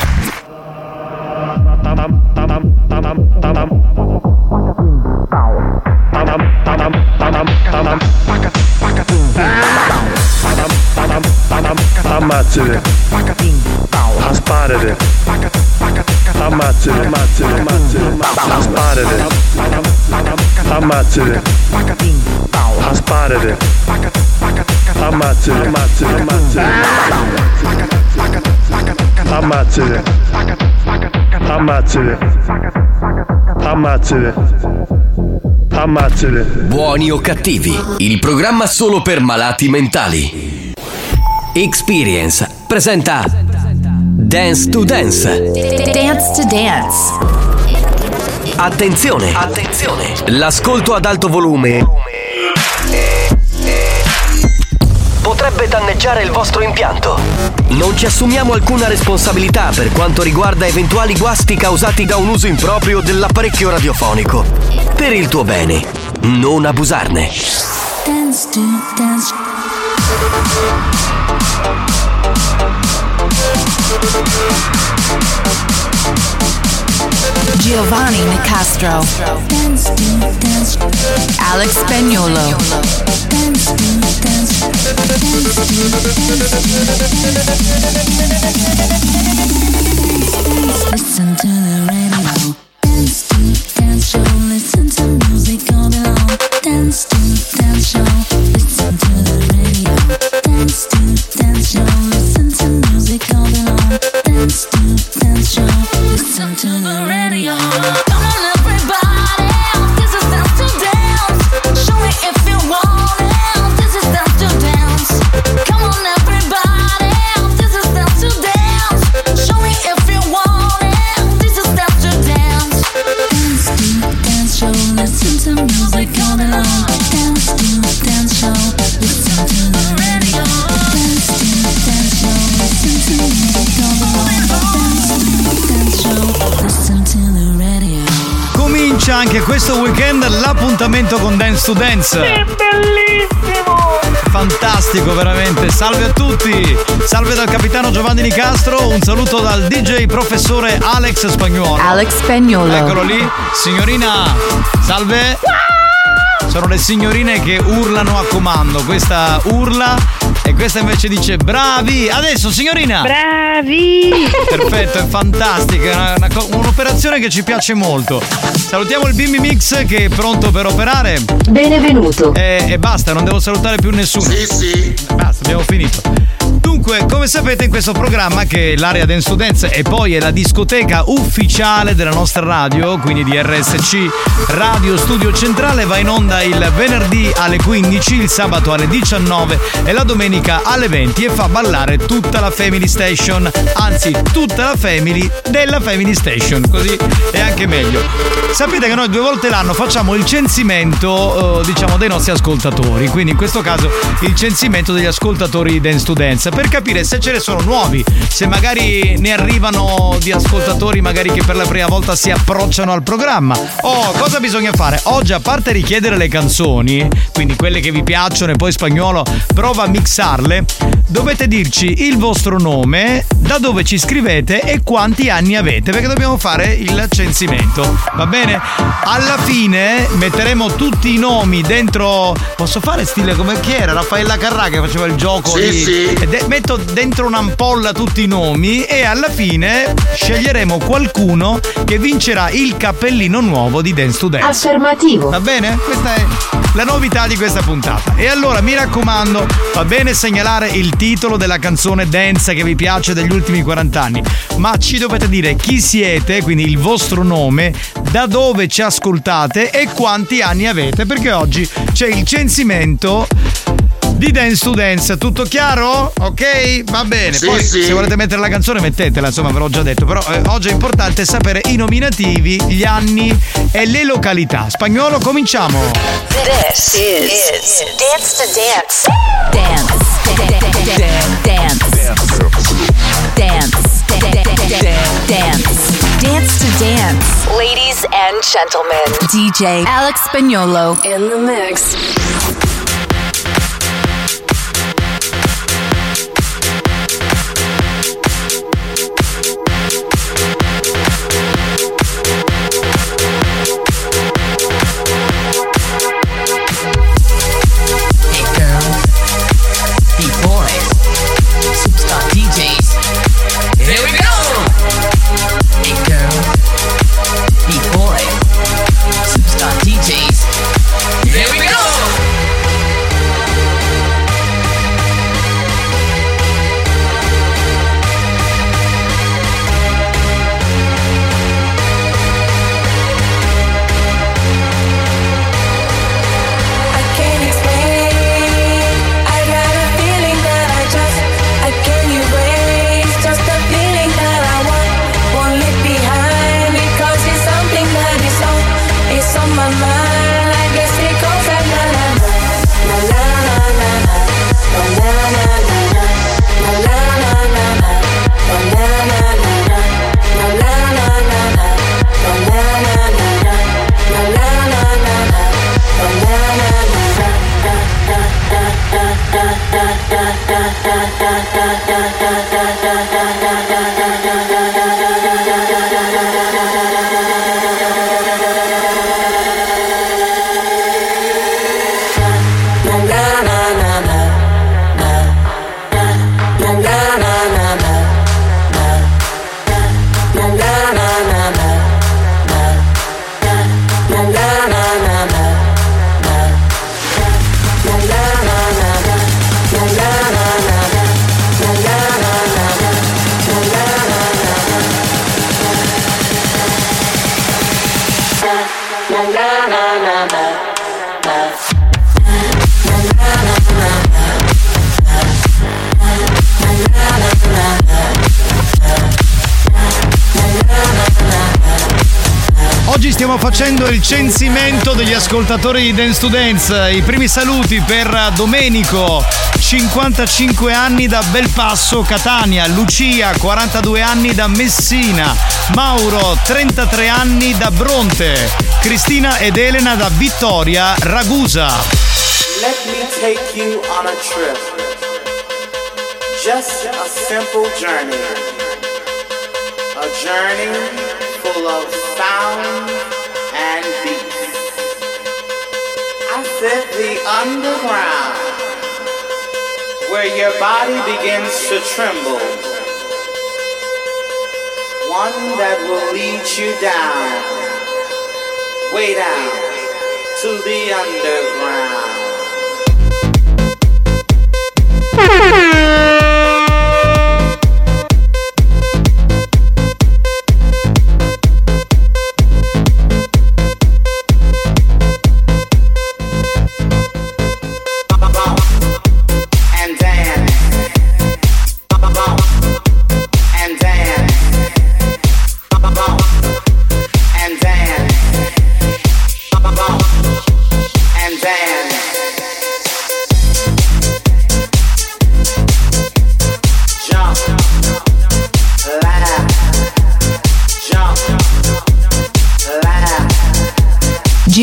Ammazzate. Asparate. Ammazzate. Asparate. Ammazzate. Asparate. Ammazzate. Ammazzate. Ammazzate. Ammazzate. Buoni o cattivi, il programma solo per malati mentali. Experience presenta Dance to Dance. Dance to Dance. Attenzione, attenzione. L'ascolto ad alto volume potrebbe danneggiare il vostro impianto. Non ci assumiamo alcuna responsabilità per quanto riguarda eventuali guasti causati da un uso improprio dell'apparecchio radiofonico. Per il tuo bene, non abusarne. Dance to dance. Giovanni Nicastro. Dance to dance. Alex Spagnuolo. Dance to dance. Listen to the radio. Dance to dance show. Listen to music all day long. Dance to dance show. Listen to the radio. Dance to dance show. Listen to music all day long. Dance to dance show. Listen to the radio. Come on everybody, this is dance to dance. Show me if you want it. This is dance to dance. Come on everybody, this is dance to dance. Show me if you want it. This is dance to dance. Dance to dance show. Listen to music all day long. Dance to dance show. Listen to the radio. Dance to dance show. Listen to music all day long. Dance to dance show. Listen to the radio. Comincia anche questo weekend l'appuntamento con Dance to Dance. È bellissimo! Fantastico, veramente. Salve a tutti. Salve dal capitano Giovanni Nicastro. Un saluto dal DJ professore Alex Spagnuolo. Alex Spagnuolo. Eccolo lì. Signorina, salve. Sono le signorine che urlano a comando. Questa urla e questa invece dice bravi. Adesso signorina. Bravi. Perfetto, è fantastica. È un'operazione che ci piace molto. Salutiamo il Bimbi Mix che è pronto per operare. Benvenuto. E basta, non devo salutare più nessuno. Sì. Basta, abbiamo finito. Dunque, come sapete, in questo programma, che è l'area Dance to Dance e poi è la discoteca ufficiale della nostra radio, quindi di RSC Radio Studio Centrale, va in onda il venerdì alle 15, il sabato alle 19 e la domenica alle 20 e fa ballare tutta la Family Station, anzi tutta la family della Family Station, così è anche meglio. Sapete che noi 2 volte l'anno facciamo il censimento diciamo dei nostri ascoltatori, quindi in questo caso il censimento degli ascoltatori di Dance to Dance, per capire se ce ne sono nuovi, se magari ne arrivano di ascoltatori magari che per la prima volta si approcciano al programma. Cosa bisogna fare? Oggi, a parte richiedere le canzoni, quindi quelle che vi piacciono, e poi Spagnuolo prova a mixarle, dovete dirci il vostro nome, da dove ci scrivete e quanti anni avete, perché dobbiamo fare il censimento, va bene? Alla fine metteremo tutti i nomi dentro. Posso fare stile come chi era? Raffaella Carrà che faceva il gioco Sì. metto dentro un'ampolla tutti i nomi e alla fine sceglieremo qualcuno che vincerà il cappellino nuovo di Dance to Dance. Affermativo. Va bene? Questa è la novità di questa puntata. E allora mi raccomando, va bene segnalare il titolo della canzone dance che vi piace degli ultimi 40 anni, ma ci dovete dire chi siete, quindi il vostro nome, da dove ci ascoltate e quanti anni avete, perché oggi c'è il censimento di Dance to Dance. Tutto chiaro? Ok? Va bene. Poi se volete mettere la canzone mettetela, insomma ve l'ho già detto, però oggi è importante sapere i nominativi, gli anni e le località. Spagnuolo, cominciamo. This is Dance to Dance. Dance. Dance to Dance. Ladies and gentlemen, DJ Alex Spagnuolo in the mix. Oggi stiamo facendo il censimento degli ascoltatori di Dance to Dance. I primi saluti per Domenico, 55 anni da Belpasso, Catania. Lucia, 42 anni da Messina. Mauro, 33 anni da Bronte. Cristina ed Elena da Vittoria, Ragusa. Let me take you on a trip. Just a simple journey. A journey full of sound and beats. I said the underground, where your body begins to tremble. One that will lead you down, way down to the underground.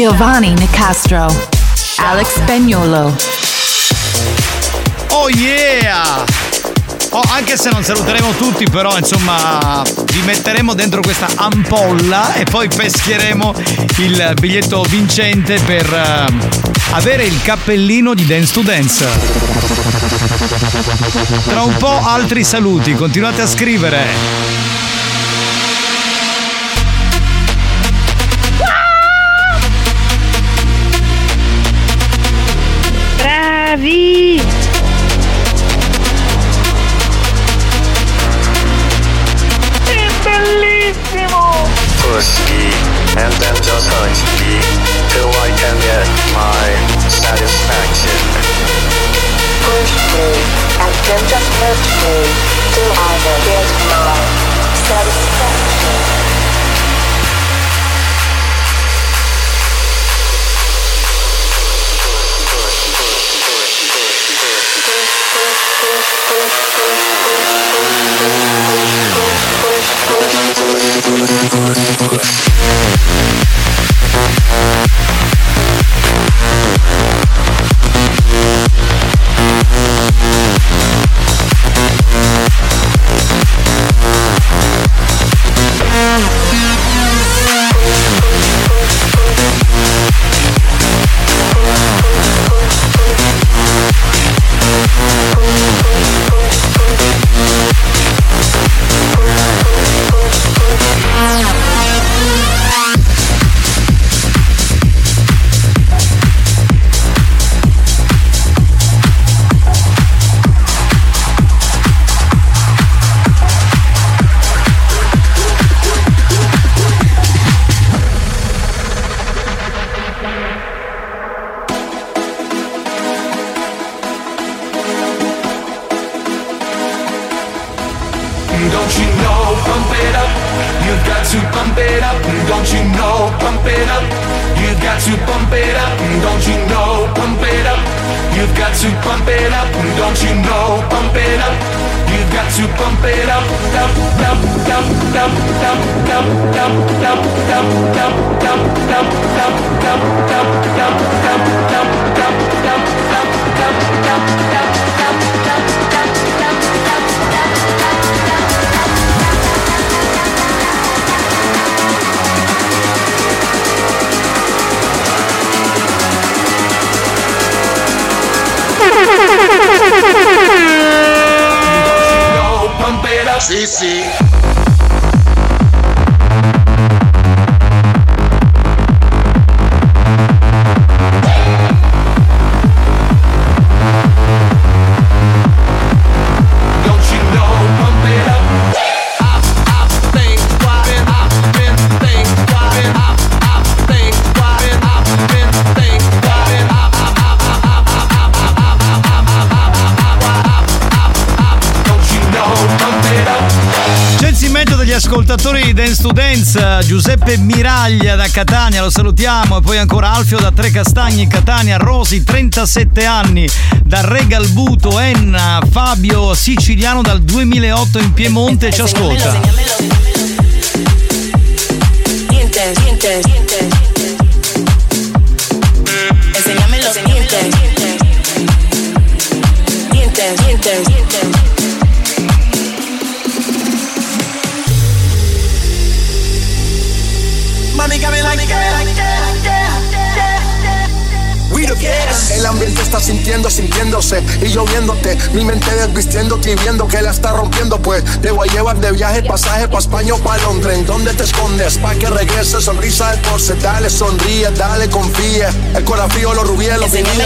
Giovanni Nicastro, Alex Spagnuolo. Oh yeah! Oh, anche se non saluteremo tutti, però insomma vi metteremo dentro questa ampolla e poi pescheremo il biglietto vincente per avere il cappellino di Dance to Dance. Tra un po' altri saluti, continuate a scrivere. Bravi! Bellissimo! Pussy, and then just touch me till I can get my satisfaction. Push me, and then just hurt me till I can get my satisfaction. Don't you know, pump it up, you've got to pump it up. Don't you know, pump it up, you've got to pump it up. Don't you know, pump it up, you've got to pump it up. Don't you know, pump it up, you've got to pump it up. Up, up, up, up, up, up, up, up, up, up, up, up, up, pump it up. Sì, sì. Ascoltatori di Dance to Dance, Giuseppe Miraglia da Catania, lo salutiamo, e poi ancora Alfio da Trecastagni, Catania, Rosi 37 anni da Regalbuto, Enna, Fabio siciliano dal 2008 in Piemonte ci ascolta. Enséñame los dientes. Mami, got me like we don't care. El ambiente está sintiéndose y yo viéndote, mi mente desvistiéndote y viendo que la está rompiendo, pues te voy a llevar de viaje, pasaje pa' España o pa' Londres. ¿En dónde te escondes? Pa' que regrese, sonrisa de porce, dale, sonríe, dale, confía. El corazón frío, los rubíes, los dientes.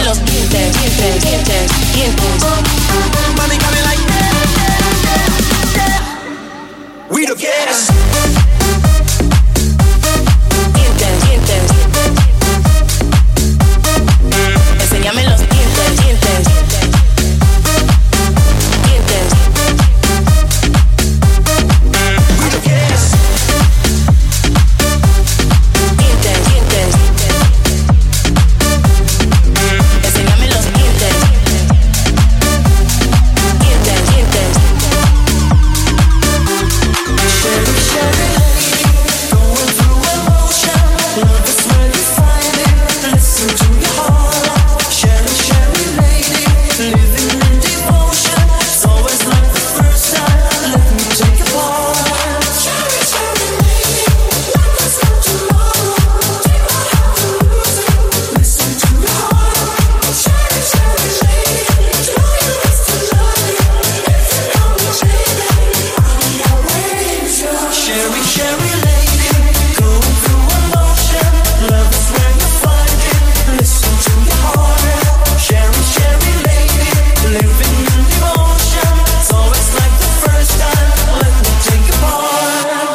Mami, got me like we don't care. Enséñame los dientes, dientes. Enséñame los dientes. Dientes, dientes. Sherry lady, going through emotion. Love is where you find it. Listen to your heart. Sherry, Sherry lady, living in devotion. It's always like the first time. Let me take your part.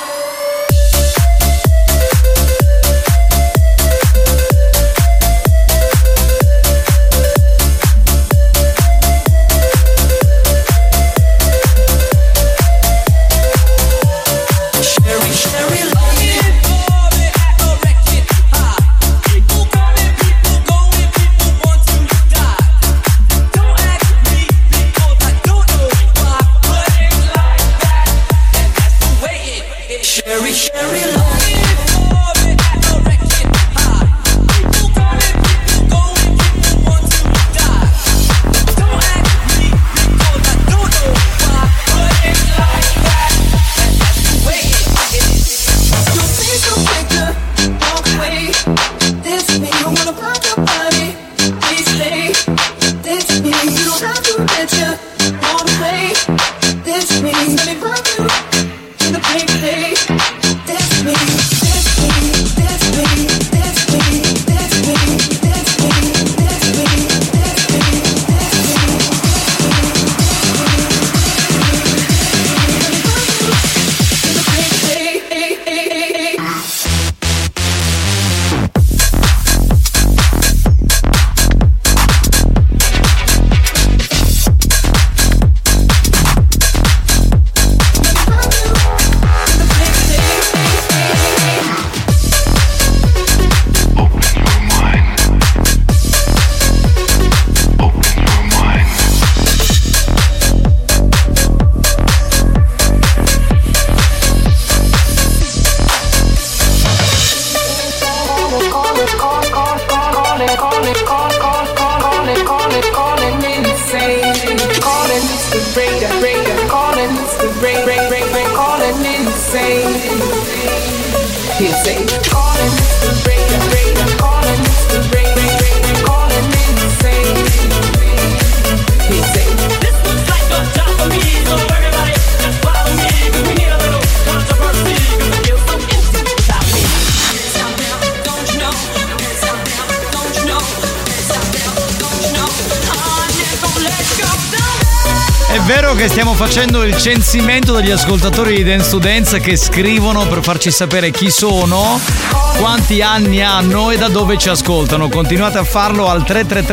Che stiamo facendo il censimento degli ascoltatori di Dance to Dance che scrivono per farci sapere chi sono, quanti anni hanno e da dove ci ascoltano. Continuate a farlo al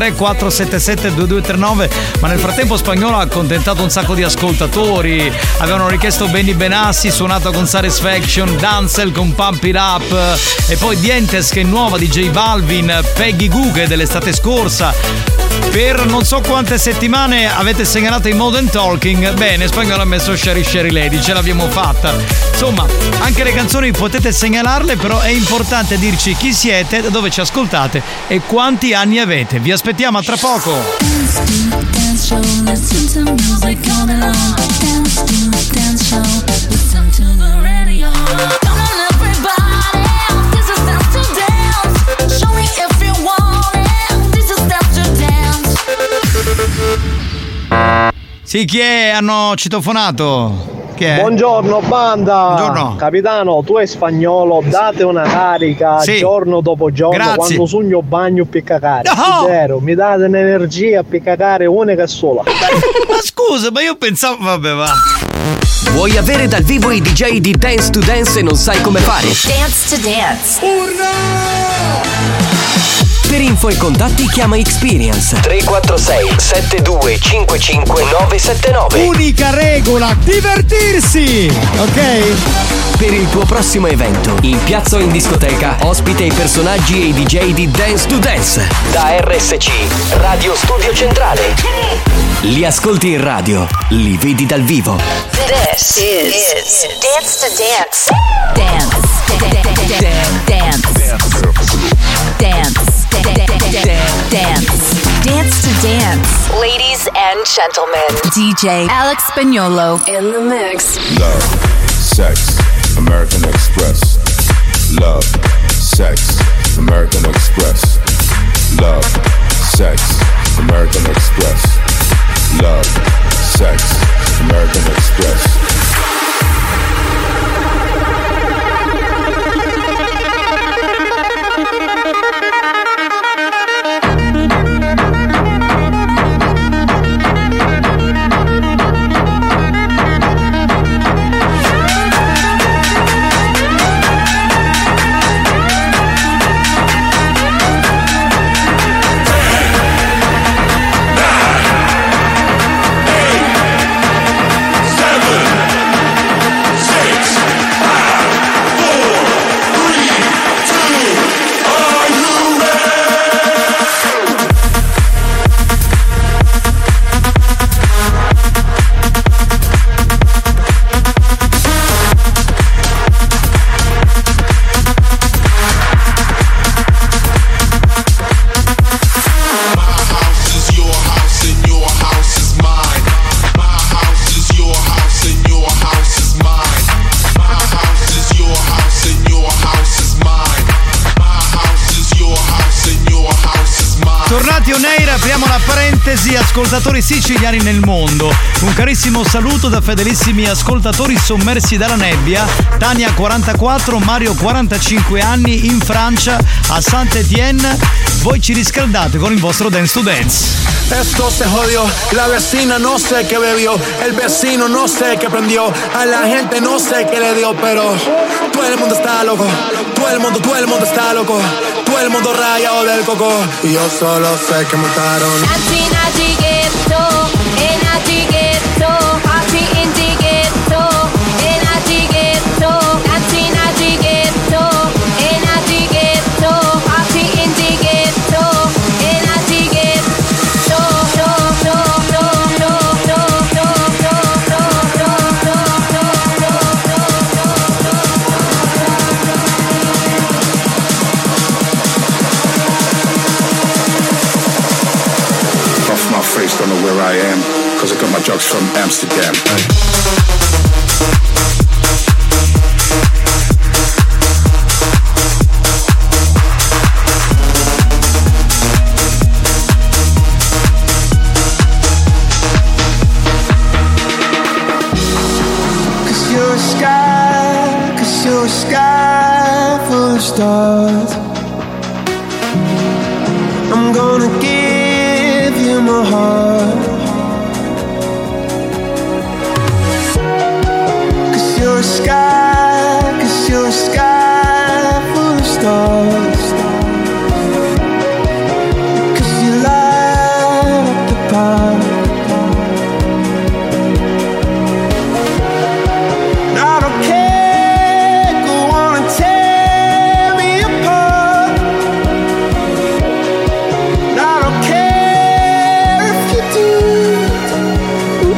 333-477-2239. Ma nel frattempo Spagnolo ha accontentato un sacco di ascoltatori. Avevano richiesto Benny Benassi suonato con Satisfaction, Danzel con Pump It Up, e poi Dientes che è nuova di J Balvin, Peggy Goo che è dell'estate scorsa. Per non so quante settimane avete segnalato i Modern Talking. Bene, Spagnolo ha messo Sherry Sherry Lady, ce l'abbiamo fatta. Insomma, anche le canzoni potete segnalarle, però è importante dirci chi siete, da dove ci ascoltate e quanti anni avete. Vi aspettiamo a tra poco. Sì, chi è? Hanno citofonato. Chi è? Buongiorno banda. Buongiorno. Capitano, tu è spagnolo, date una carica giorno dopo giorno. Grazie. Quando sogno bagno per cacare. No! Vero, mi date un'energia per cacare unica e sola. Ma scusa, ma io pensavo. Vabbè, va. Vuoi avere dal vivo i DJ di Dance to Dance e non sai come fare? Dance to Dance. Per info e contatti chiama Experience 346 7255 979. Unica regola, divertirsi! Ok? Per il tuo prossimo evento, in piazza o in discoteca, ospite i personaggi e i DJ di Dance to Dance. Da RSC, Radio Studio Centrale. Li ascolti in radio, li vedi dal vivo. This is Dance to Dance. Dance. Dance to Dance. Ladies and gentlemen, DJ Alex Spagnolo in the mix. Love, sex, American Express. Love, sex, American Express. Love, sex, American Express. Love, sex, American Express. Apriamo la parentesi ascoltatori siciliani nel mondo. Un carissimo saluto da fedelissimi ascoltatori sommersi dalla nebbia. Tania 44, Mario 45 anni in Francia a Saint-Étienne. Voi ci riscaldate con il vostro Dance to Dance. Esto se jodió, la vecina no sé qué bebió, el vecino no sé qué prendió, a la gente no sé qué le dio, pero todo el mundo está loco, todo el mundo está loco, todo el mundo rayado del coco, y yo solo sé que montaron. Don't know where I am, cause I got my drugs from Amsterdam. Cause you're a sky full of stars. I'm gonna give you my heart. Cause you're a sky full of stars. Cause you light up the path. I don't care, go on and tear me apart. I don't care if you do.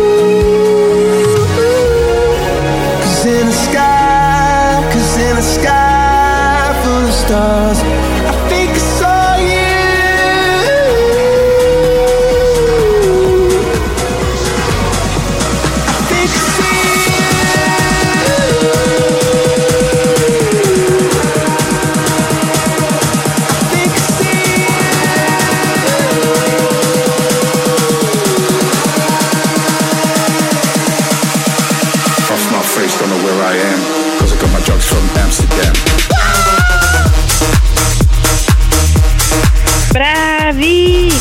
Cause in a sky full of stars, I think I saw you. I think I see you. I think I see Off my face, don't know where I am, cause I got my drugs from Amsterdam. Bravi!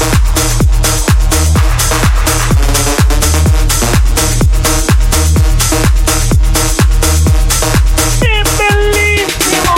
È bellissimo!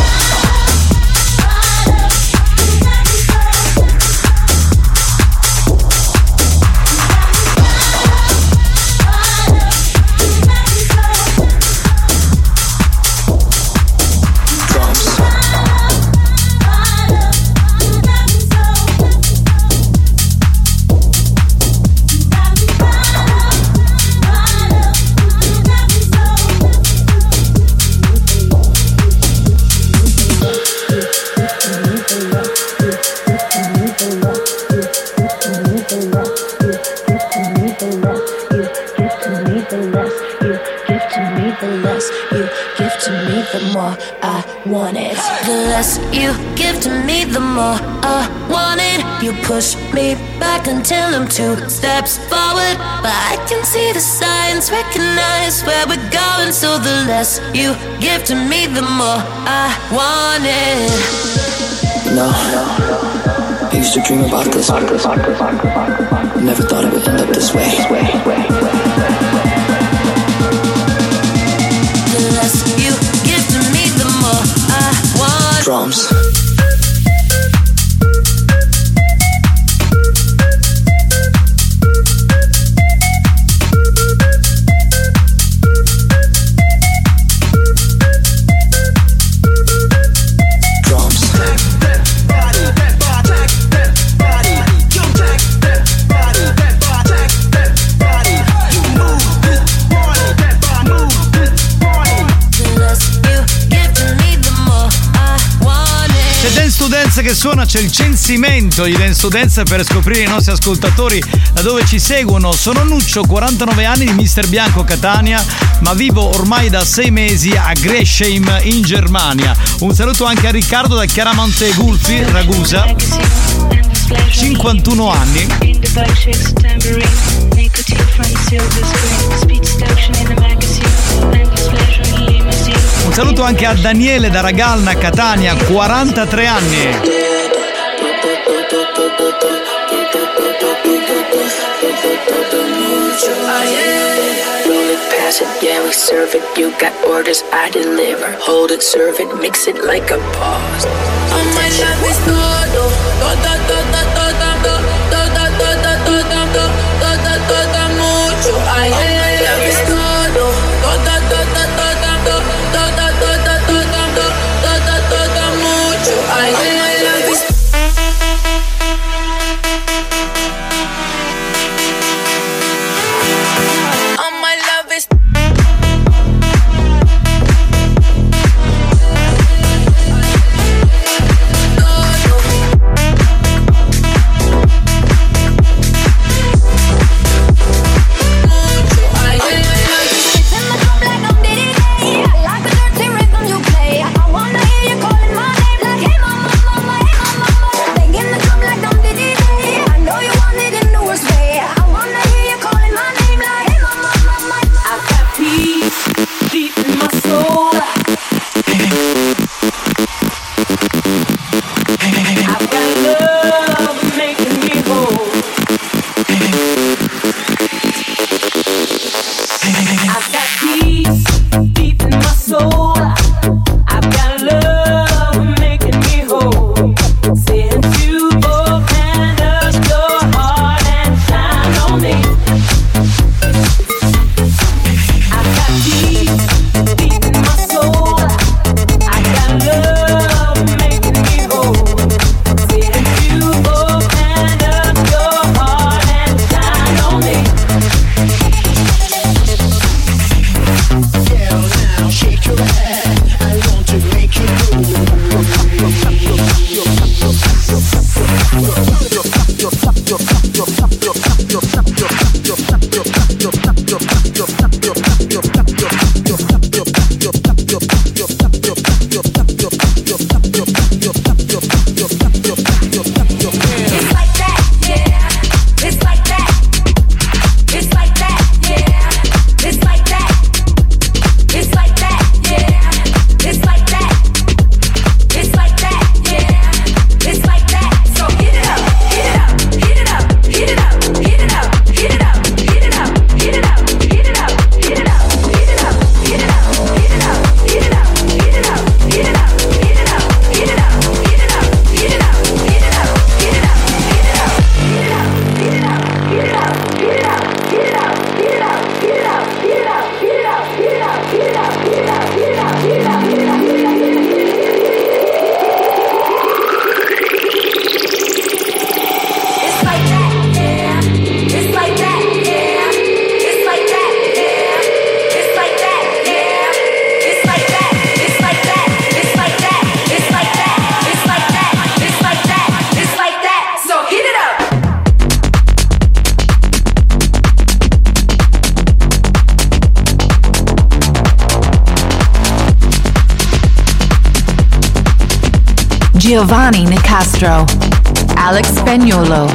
The less you give to me, the more I want it. You push me back until I'm 2 steps forward, but I can see the signs, recognize where we're going. So the less you give to me, the more I want it. No, I used to dream about this. Never thought it would end up this way. The less you give to me, the more I want. Drums. Che suona, c'è il censimento di Dance to Dance per scoprire i nostri ascoltatori da dove ci seguono. Sono Nuccio, 49 anni, di Mister Bianco Catania, ma vivo ormai da 6 mesi a Gresheim in Germania. Un saluto anche a Riccardo da Chiaramonte Gulfi, Ragusa. 51 anni. Un saluto anche a Daniele da Ragalna, Catania, 43 anni. Pass it, yeah, we serve it. You got orders, I deliver. Hold it, serve it, mix it like a boss. Oh, my love is todo, todo, todo, todo, todo, todo, todo, todo, todo, mucho. Ay, my love is todo, todo, todo, todo, todo, todo, todo, todo, todo, mucho. Ay, my love is Giovanni Nicastro, Alex Spagnuolo.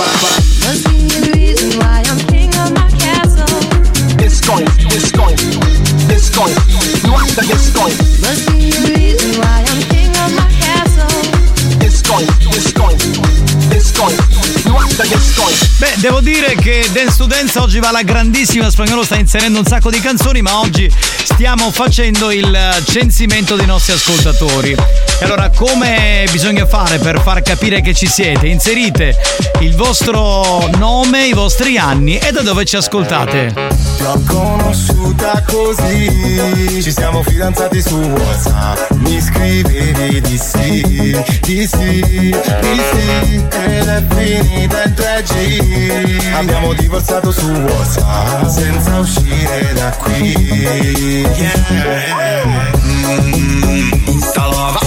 Beh, devo dire che Dance to Dance oggi va alla grandissima. Spagnuolo sta inserendo un sacco di canzoni, ma oggi stiamo facendo il censimento dei nostri ascoltatori. E allora, come bisogna fare per far capire che ci siete? Inserite il vostro nome, i vostri anni e da dove ci ascoltate. L'ho conosciuta così, ci siamo fidanzati su WhatsApp, mi scrivevi di sì, di sì, di sì, ed è finita in 3G, abbiamo divorziato su WhatsApp, senza uscire da qui, yeah. Instalava,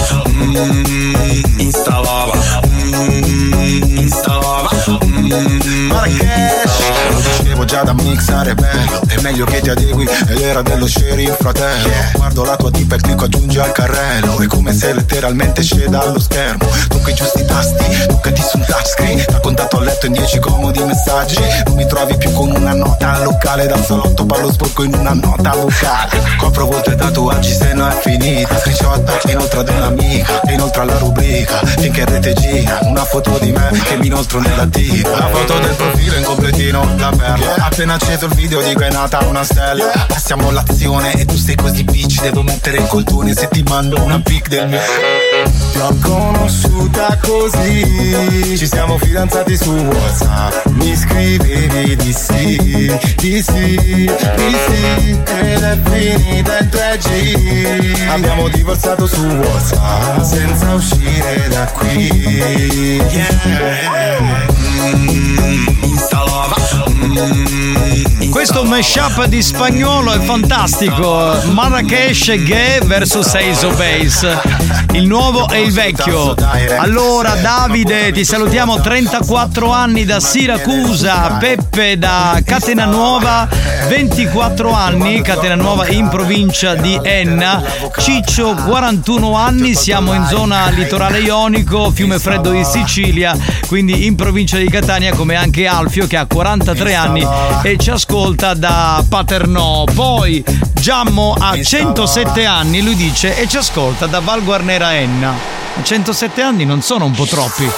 instalava, instalava, Marrakesh, lo dicevo già già da mixare bello. È meglio che ti adegui, è l'era dello sharing, fratello. Guardo la tua tipa e clicco aggiungi al carrello. È come se letteralmente sceda allo schermo. Tocca i giusti tasti, toccati su un touchscreen. Da contatto a letto in 10 comodi messaggi. Non mi trovi più con una nota al locale. Dal salotto parlo sporco in una nota vocale. Copro volto e tatuaggi se no è finita. Screenshot inoltre ad un'amica e inoltre alla rubrica. Finché rete gira una foto di me che mi inoltro nella tita. La foto del profilo in completino da perla. Appena acceso il video dico è nata una stella. Passiamo l'azione e tu sei così bitch. Devo mettere il coltone se ti mando una pic del mio. Ti ho conosciuta così, ci siamo fidanzati su WhatsApp. Mi scrivevi di sì, di sì, di sì. Ed è finita in 3G. Abbiamo divorziato su WhatsApp senza uscire da qui. Questo mashup di Spagnuolo è fantastico. Marrakesh Gay vs Ace of Base, il nuovo e il vecchio. Allora Davide, ti salutiamo, 34 anni da Siracusa. Peppe da Catenanuova, 24 anni, Catenanuova in provincia di Enna. Ciccio, 41 anni, siamo in zona litorale ionico, Fiumefreddo di Sicilia, quindi in provincia di Catania, come anche Alfio che ha 43 anni e ci ascolta da Paternò. Poi Giammo ha 107 anni, lui dice, e ci ascolta da Val Guarnera Enna. 107 anni non sono un po' troppi.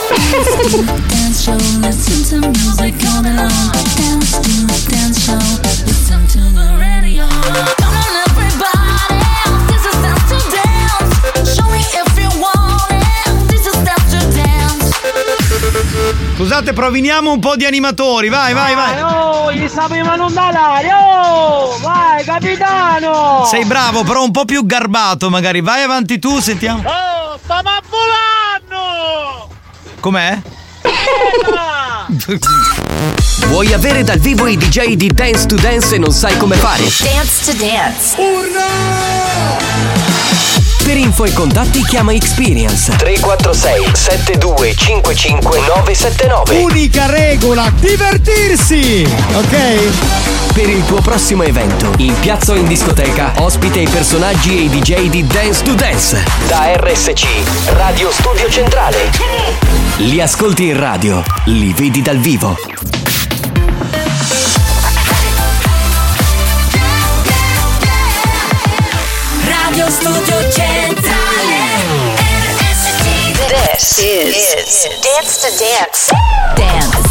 Scusate, proviniamo un po' di animatori, vai. Oh, gli sapevano andare, oh! Vai, capitano! Sei bravo, però un po' più garbato magari. Vai avanti tu, sentiamo. Oh, stiamo volando! Com'è? Vuoi avere dal vivo i DJ di Dance to Dance e non sai come fare? Dance to Dance. Per info e contatti chiama Experience 346 7255 979. Unica regola, divertirsi! Ok? Per il tuo prossimo evento, in piazza o in discoteca, ospite i personaggi e i DJ di Dance to Dance. Da RSC, Radio Studio Centrale. Li ascolti in radio, li vedi dal vivo. Radio Studio Centrale. This is Dance to Dance. Dance.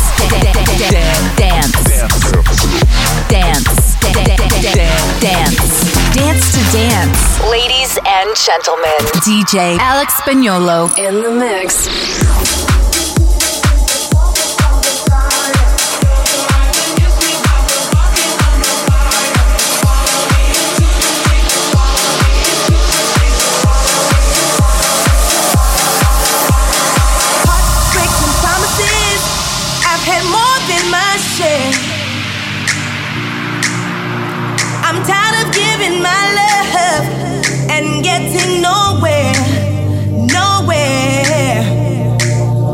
Dance to Dance. Ladies and gentlemen, DJ Alex Spagnuolo in the mix. I'm tired of giving my love and getting nowhere.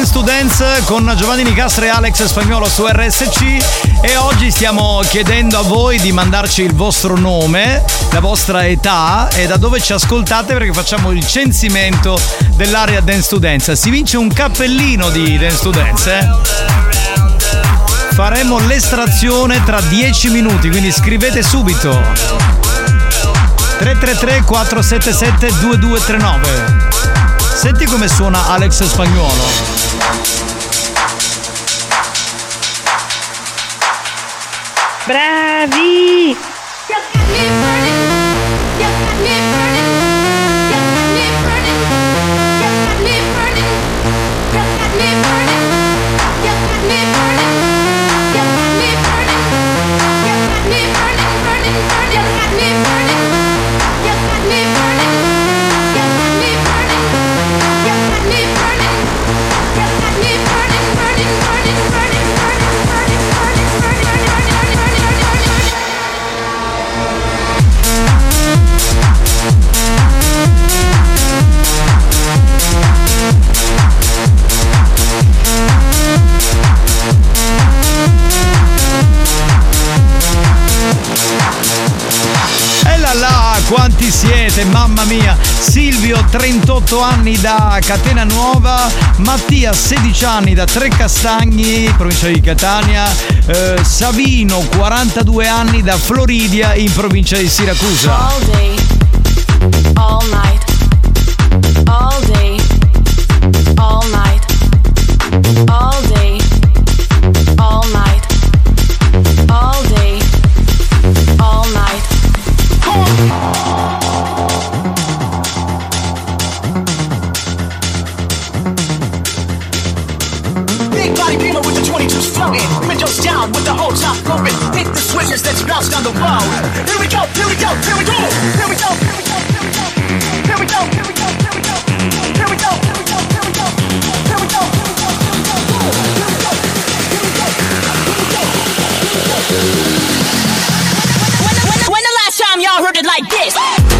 Dance to Dance con Giovanni Nicastro e Alex Spagnuolo su RSC, e oggi stiamo chiedendo a voi di mandarci il vostro nome, la vostra età e da dove ci ascoltate, perché facciamo il censimento dell'area Dance to Dance. Si vince un cappellino di Dance to Dance, Faremo l'estrazione tra 10 minuti, quindi scrivete subito 333 477 2239. Senti come suona Alex Spagnuolo. Bravi! Quanti siete, mamma mia! Silvio 38 anni da Catena Nuova, Mattia 16 anni da Trecastagni, provincia di Catania, Savino 42 anni da Floridia in provincia di Siracusa. All day, all night, all day, all night, all day, all night, all day, all night. Big body beamer with the 22s floating, windows down with the whole top open. Hit the switches, let's bounce down the road. Here we go, here we go, here we go, here we go, here we go, here we go, here we go, here we go, here we go, here we go, here we go, here we go, When the last time y'all heard it like this?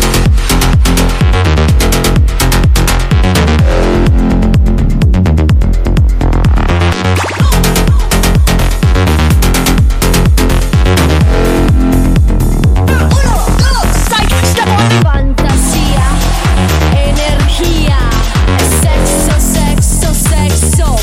Fantasia, energia, sexo, sexo, sexo.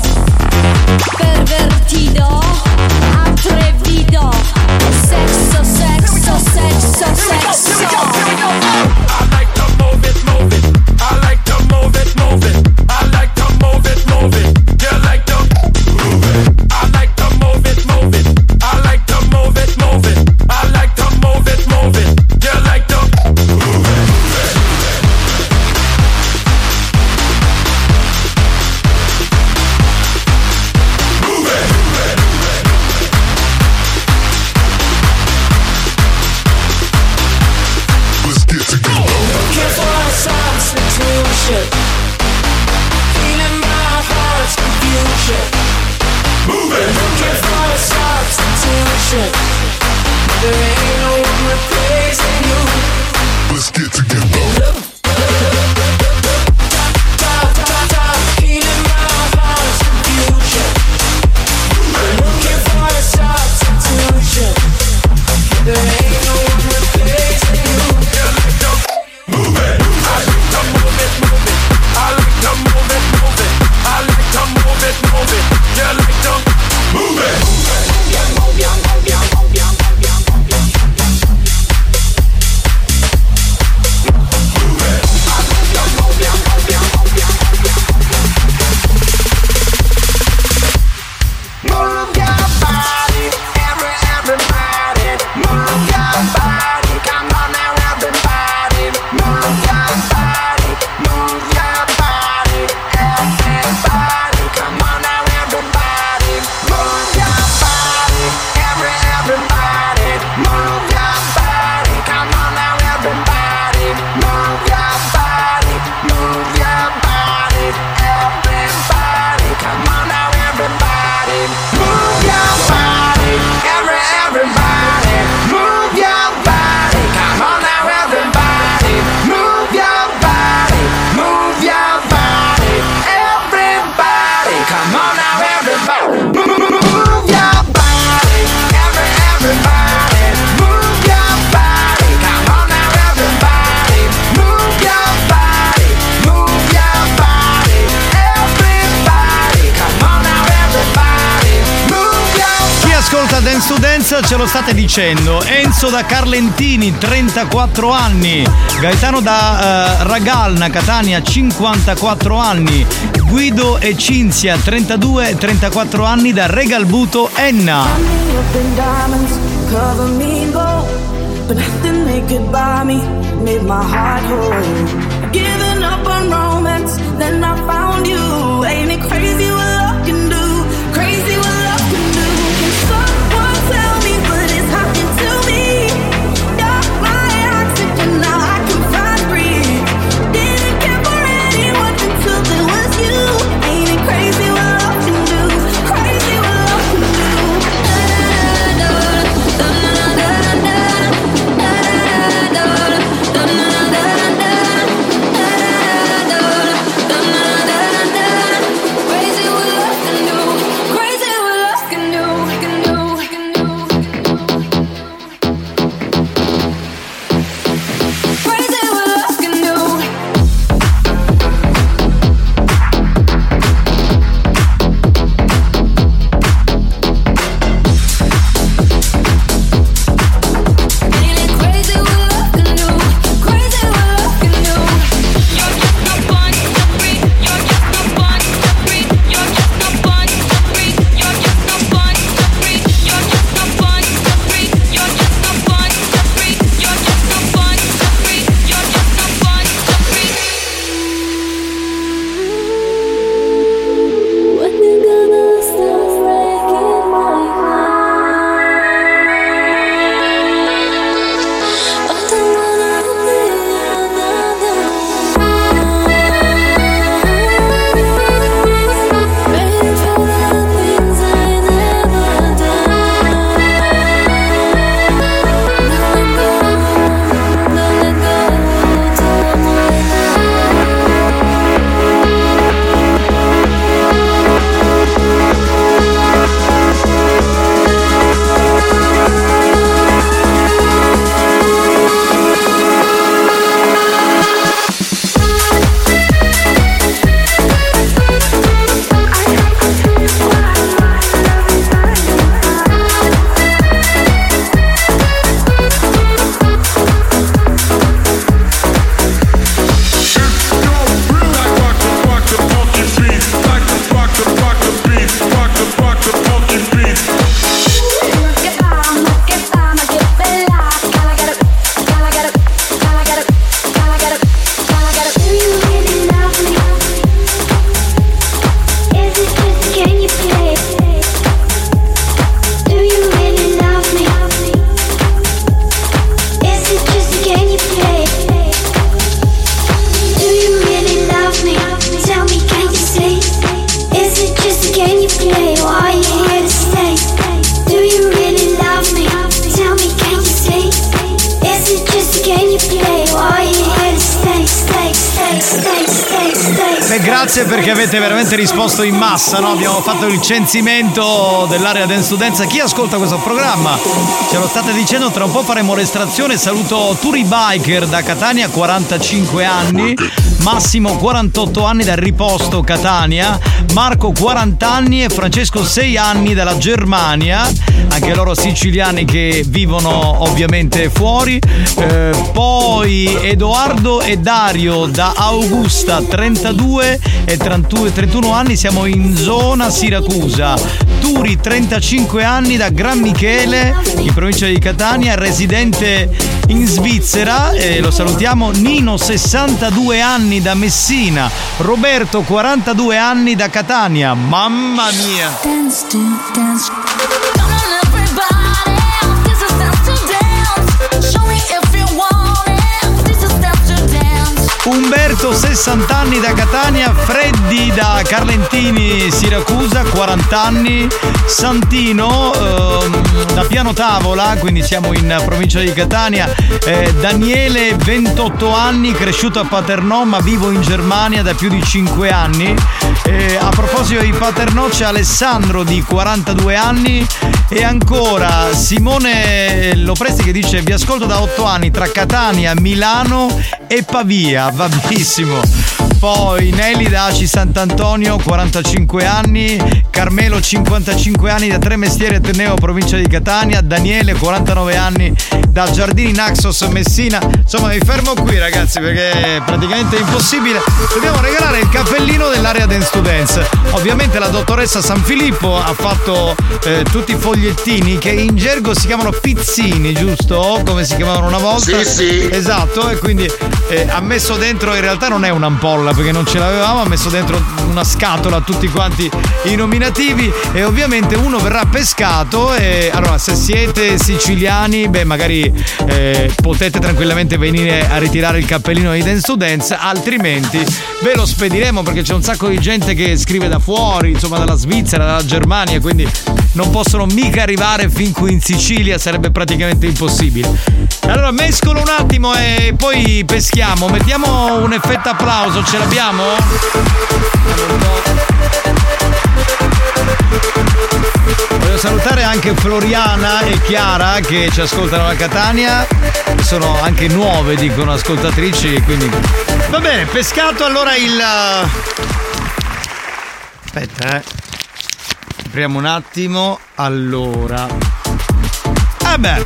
Pervertido, atrevido. Sexo, sexo, sexo, sexo. I like to move it, move it. I like to move it, move it. I like to move it, move it. You like to move it. I like to move it, move it. I like to move it, move it. I like to move it, move it. You like to move it. Let's get together. Looking for a substitution. Feeling my heart's confusion. Looking for a substitution. There ain't no one replacing you. Let's get together. Feeling my heart's confusion. Looking for a substitution. There ain't no one replacing you. Move it. I like to move it, move it. I like to move it, move it. I like to move it, move it. You like to move it. ascolta Dance to Dance, ce lo state dicendo. Enzo da Carlentini, 34 anni. Gaetano da Ragalna, Catania, 54 anni. Guido e Cinzia, 32 e 34 anni da Regalbuto, Enna. But nothing they could buy me made my heart whole. Giving up on romance, then I found you. Ain't it crazy what love can do? Crazy what love can do. Can someone tell me what is happening to me? You're my oxygen, now I can find breathe. Didn't care for anyone until there was you. Ain't it crazy what love can do? Crazy what love can do. Grazie perché avete veramente risposto in massa, no? Abbiamo fatto il censimento dell'area Dance to Dance. Chi ascolta questo programma? Ce lo state dicendo, tra un po' faremo l'estrazione. Saluto Turi Biker da Catania, 45 anni. Massimo 48 anni da Riposto, Catania. Marco 40 anni e Francesco 6 anni dalla Germania. Anche loro siciliani che vivono ovviamente fuori. Poi Edoardo e Dario da Augusta, 32 e 31 anni, siamo in zona Siracusa. Turi, 35 anni da Gran Michele in provincia di Catania, residente in Svizzera, lo salutiamo. Nino, 62 anni da Messina. Roberto, 42 anni da Catania. Mamma mia. Dance to dance. Come on everybody, this is dance to dance. Show me if you want it, this is dance to dance. Umberto, 60 anni da Catania. Freddy da Carlentini, Siracusa, 40 anni. Santino da Piano Tavola, quindi siamo in provincia di Catania. Daniele, 28 anni, cresciuto a Paternò ma vivo in Germania da più di 5 anni. A proposito di Paternò c'è Alessandro di 42 anni. E ancora Simone Lopresti che dice: vi ascolto da 8 anni tra Catania, Milano e Pavia. Va benissimo. Poi Nelly da Aci Sant'Antonio, 45 anni. Carmelo, 55 anni, da Tremestieri Ateneo, provincia di Catania. Daniele, 49 anni, da Giardini Naxos, Messina. Insomma, mi fermo qui, ragazzi, perché è praticamente impossibile. Dobbiamo regalare il cappellino dell'area Dance to Dance. Ovviamente la dottoressa San Filippo ha fatto tutti i fogliettini che in gergo si chiamano pizzini, giusto? Come si chiamavano una volta? Sì. Esatto, e quindi ha messo dentro, in realtà non è un'ampolla perché non ce l'avevamo, ha messo dentro una scatola a tutti quanti i nominativi e ovviamente uno verrà pescato. E allora, se siete siciliani, beh, magari potete tranquillamente venire a ritirare il cappellino di Dance to Dance, altrimenti ve lo spediremo perché c'è un sacco di gente che scrive da fuori, insomma dalla Svizzera, dalla Germania, quindi non possono mica arrivare fin qui in Sicilia, sarebbe praticamente impossibile. Allora mescolo un attimo e poi peschiamo. Mettiamo un effetto applauso, ce l'abbiamo? Voglio salutare anche Floriana e Chiara che ci ascoltano da Catania, sono anche nuove, dicono, ascoltatrici, quindi va bene. Pescato allora il... Aspetta, apriamo un attimo. Allora, vabbè,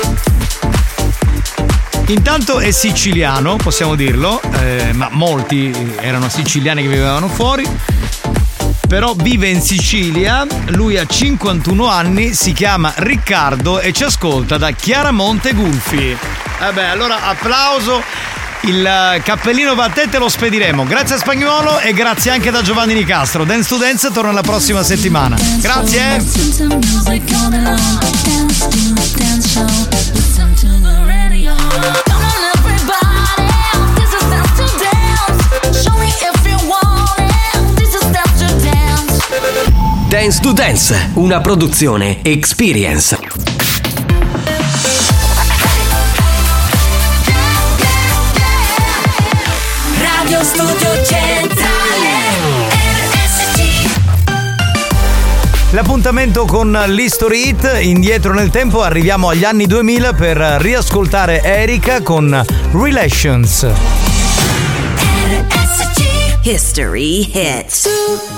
intanto è siciliano, possiamo dirlo, ma molti erano siciliani che vivevano fuori, però vive in Sicilia. Lui ha 51 anni, si chiama Riccardo e ci ascolta da Chiaramonte Gulfi. Vabbè, allora applauso. Il cappellino va a te, te lo spediremo. Grazie a Spagnuolo e grazie anche da Giovanni Nicastro. Dance to Dance torna la prossima settimana. Grazie. Dance to Dance, una produzione Experience. Radio Studio Centrale RSC. L'appuntamento con l'History Hit, indietro nel tempo arriviamo agli anni 2000 per riascoltare Erika con Relations. RSC History Hits.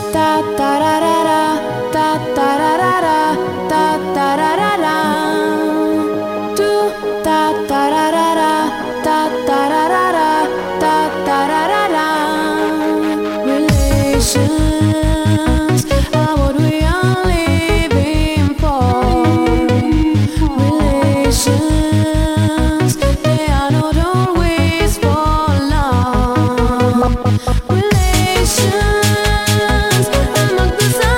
Relations are what we are living for. Relations, they are not always for long. Relations are not the same.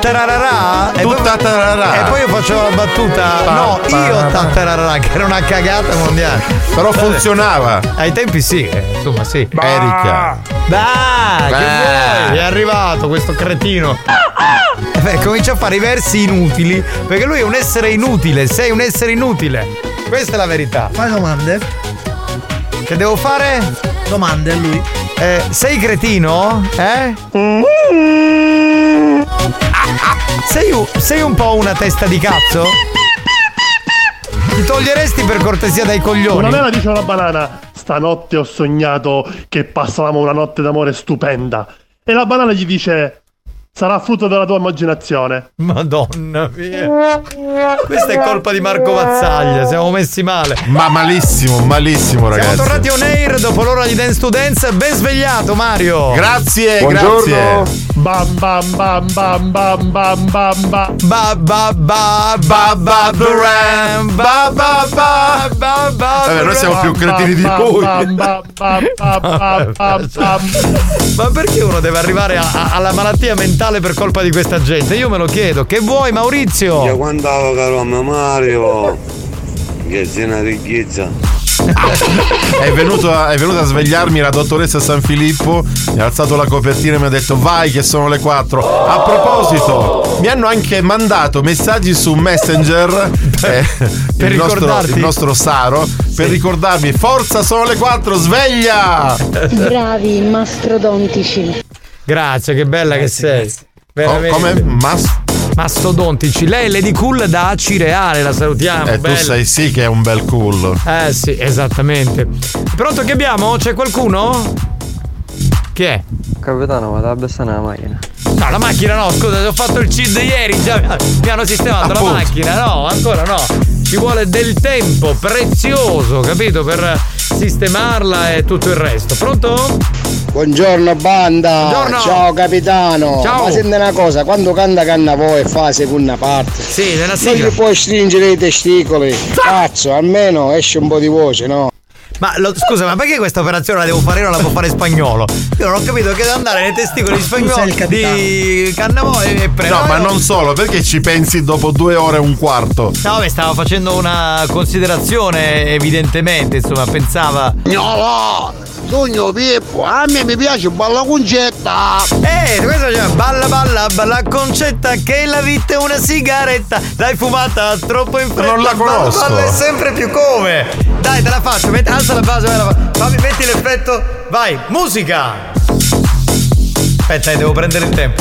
tattararà e poi io facevo la battuta io tattararà, che era una cagata mondiale, però funzionava ai tempi, sì, insomma, sì. Erika, che vuoi? È arrivato questo cretino. Comincia a fare i versi inutili, perché lui è un essere inutile. Sei un essere inutile, questa è la verità. Fai domande. Che devo fare? Domande a lui. Sei cretino? Sei un po' una testa di cazzo? Ti toglieresti per cortesia dai coglioni? Una mela dice alla banana: stanotte ho sognato che passavamo una notte d'amore stupenda. E la banana gli dice: sarà frutto della tua immaginazione. Madonna mia. Questa è colpa di Marco Vazzaglia. Siamo messi male. Ma malissimo ragazzi. Siamo tornati on air dopo l'ora di Dance to Dance. Ben svegliato Mario. Grazie. Buongiorno. Bam bam bam bam bam bam bam bam ba ba ba ba ba bam ba ba ba ba ba. Noi siamo più cretini di voi. Ma perché uno deve arrivare alla malattia mentale per colpa di questa gente? Io me lo chiedo. Che vuoi, Maurizio? Io quando avevo caro a Mario, che sia una ricchezza. È venuta a svegliarmi la dottoressa San Filippo, mi ha alzato la copertina e mi ha detto: vai che sono le 4. A proposito, mi hanno anche mandato messaggi su Messenger per il nostro Saro, per ricordarmi: forza, sono le 4, sveglia! Bravi, mastrodontici. Grazie, che bella che sei. Come? Mastodontici. Lei è Lady Cool da Acireale, la salutiamo. Tu sai sì che è un bel cool. Sì, esattamente. Pronto, che abbiamo? C'è qualcuno? Chi è? Capitano, vado a bestare la macchina. No, la macchina no, scusa, ti ho fatto il CID ieri, già mi hanno sistemato la macchina. No, ancora no. Ci vuole del tempo prezioso, capito? Per sistemarla e tutto il resto. Pronto? Buongiorno banda. Buongiorno. Ciao capitano. Ciao. Ma senti una cosa, quando canta Cannavò e fa la seconda parte, sì, nella sigla, non gli puoi stringere i testicoli. Cazzo, almeno esce un po' di voce, no? Ma scusa, ma perché questa operazione la devo fare io, non la può fare Spagnolo? Io non ho capito che devo andare nei testicoli di Spagnolo di Cannavò e prego. No, ma non solo, perché ci pensi dopo 2 ore e un quarto? No, vabbè, stavo facendo una considerazione, evidentemente, insomma, pensava. No, sogno Pippo, a me mi piace balla concetta. Questo c'è balla concetta, che la vita è una sigaretta. L'hai fumata troppo in fretta. Non la conosco. Balla sempre più come. Dai, te la faccio, alza la base, fammi, metti l'effetto. Vai, musica. Aspetta, devo prendere il tempo.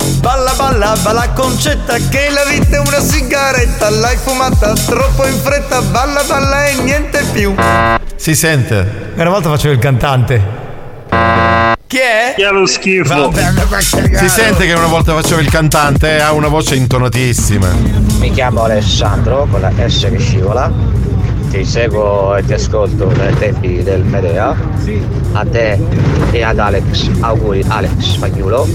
Balla concetta, che la vita è una sigaretta. L'hai fumata troppo in fretta. Balla e niente più. Si sente. Una volta facevo il cantante. Chi è? Chi è lo schifo? Si sente che una volta facevo il cantante, ha una voce intonatissima. Mi chiamo Alessandro, con la S che scivola. Ti seguo e ti ascolto nei tempi del Medea. A te e ad Alex, auguri Alex Spagnolo.